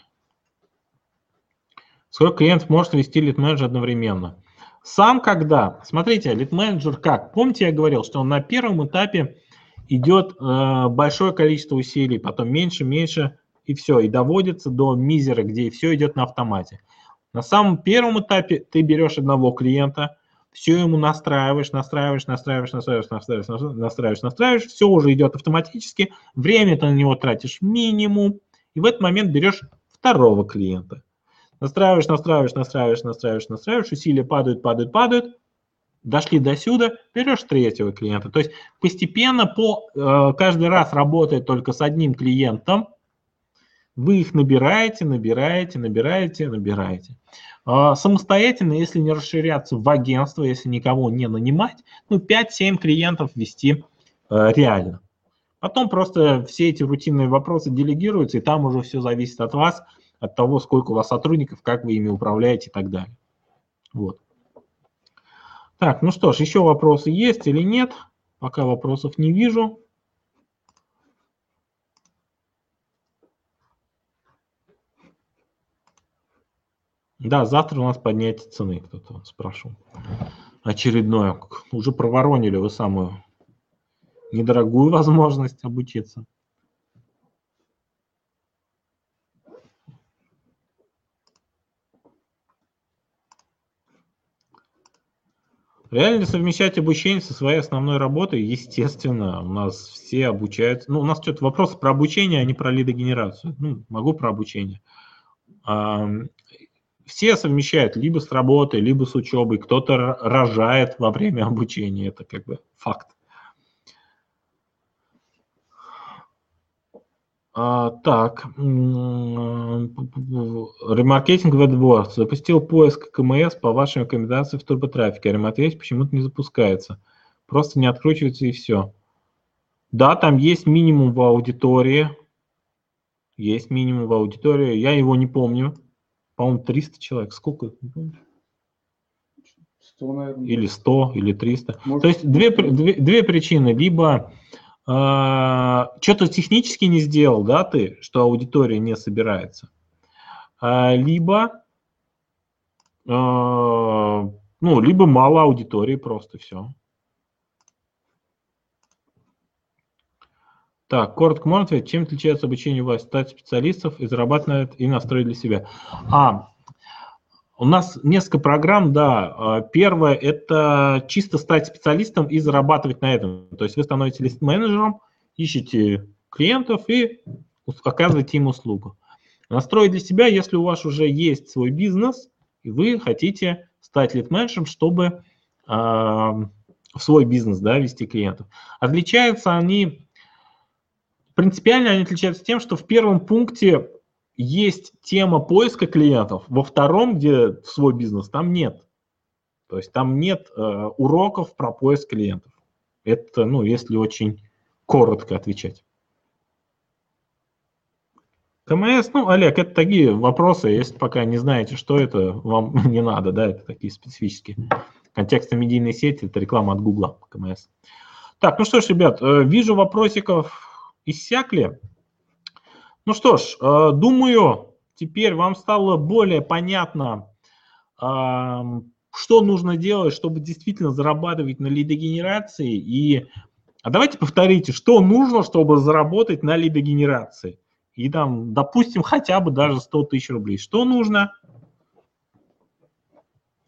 Сколько клиентов может вести лид-менеджер одновременно? Сам когда? Смотрите, лид-менеджер как? Помните, я говорил, что на первом этапе идет большое количество усилий, потом меньше, меньше, и все, и доводится до мизера, где все идет на автомате. На самом первом этапе ты берешь одного клиента, все ему настраиваешь, все уже идет автоматически, время ты на него тратишь минимум, и в этот момент берешь второго клиента. Настраиваешь, усилия падают, дошли до сюда, берешь третьего клиента. То есть постепенно каждый раз работая только с одним клиентом, вы их набираете. Самостоятельно, если не расширяться в агентство, если никого не нанимать, 5-7 клиентов вести реально. Потом просто все эти рутинные вопросы делегируются, и там уже все зависит от вас, от того, сколько у вас сотрудников, как вы ими управляете и так далее. Вот. Так, ну что ж, еще вопросы есть или нет? Пока вопросов не вижу. Да, завтра у нас поднятие цены, кто-то спрашивал. Очередное. Уже проворонили вы самую недорогую возможность обучиться. Реально ли совмещать обучение со своей основной работой? Естественно, у нас все обучаются. У нас что-то вопросы про обучение, а не про лидогенерацию. Могу про обучение. Все совмещают либо с работой, либо с учебой. Кто-то рожает во время обучения. Это как бы факт. Так, ремаркетинг в AdWords. Запустил поиск КМС по вашей рекомендации в турботрафике. А ремаркетинг почему-то не запускается. Просто не откручивается и все. Да, там есть минимум в аудитории. Есть минимум в аудитории. Я его не помню. По-моему, 300 человек. Сколько? Не помню. 100, наверное. Или 100, или 300. Может, то есть две причины. Либо что-то технически не сделал, да, ты, что аудитория не собирается. Либо мало аудитории, просто все. Так, коротко можно ответить, чем отличается обучение у вас? Стать специалистов и зарабатывать и настроить для себя. У нас несколько программ, да. Первое – это чисто стать специалистом и зарабатывать на этом. То есть вы становитесь лист-менеджером, ищете клиентов и оказываете им услугу. Настроить для себя, если у вас уже есть свой бизнес, и вы хотите стать лид-менеджером, чтобы в свой бизнес, да, вести клиентов. Принципиально они отличаются тем, что в первом пункте есть тема поиска клиентов, во втором, где свой бизнес, там нет. То есть там нет уроков про поиск клиентов. Это, если очень коротко отвечать. КМС, Олег, это такие вопросы, если пока не знаете, что это, вам не надо, да, это такие специфические. Контексты медийной сети, это реклама от Гугла, КМС. Так, ну что ж, ребят, вижу, вопросиков иссякли. Ну что ж, думаю, теперь вам стало более понятно, что нужно делать, чтобы действительно зарабатывать на лидогенерации. А давайте повторите, что нужно, чтобы заработать на лидогенерации. И там, допустим, хотя бы даже 100 тысяч рублей. Что нужно?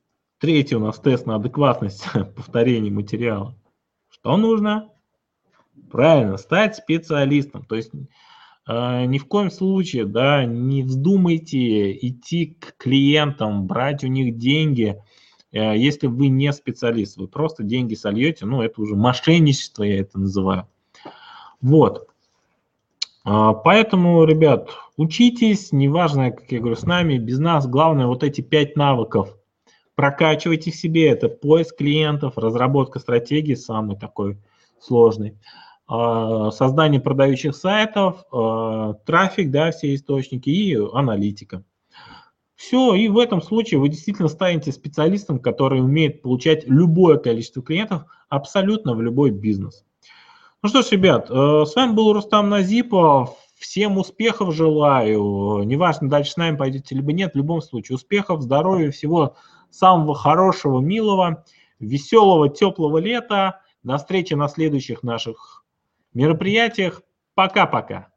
Третий у нас тест на адекватность повторений материала. Что нужно? Правильно, стать специалистом. То есть ни в коем случае, да, не вздумайте идти к клиентам, брать у них деньги, если вы не специалист. Вы просто деньги сольете, ну, это уже мошенничество, я это называю. Вот. Поэтому, ребят, учитесь, неважно, как я говорю, с нами, без нас, главное вот эти 5 навыков прокачивайте в себе. Это поиск клиентов, разработка стратегии, самый такой сложный, создание продающих сайтов, трафик, да, все источники и аналитика. Все, и в этом случае вы действительно станете специалистом, который умеет получать любое количество клиентов абсолютно в любой бизнес. Ну что ж, ребят, с вами был Рустам Назипов. Всем успехов желаю. Неважно, дальше с нами пойдете либо нет, в любом случае успехов, здоровья, всего самого хорошего, милого, веселого, теплого лета. До встречи на следующих наших мероприятиях. Пока-пока.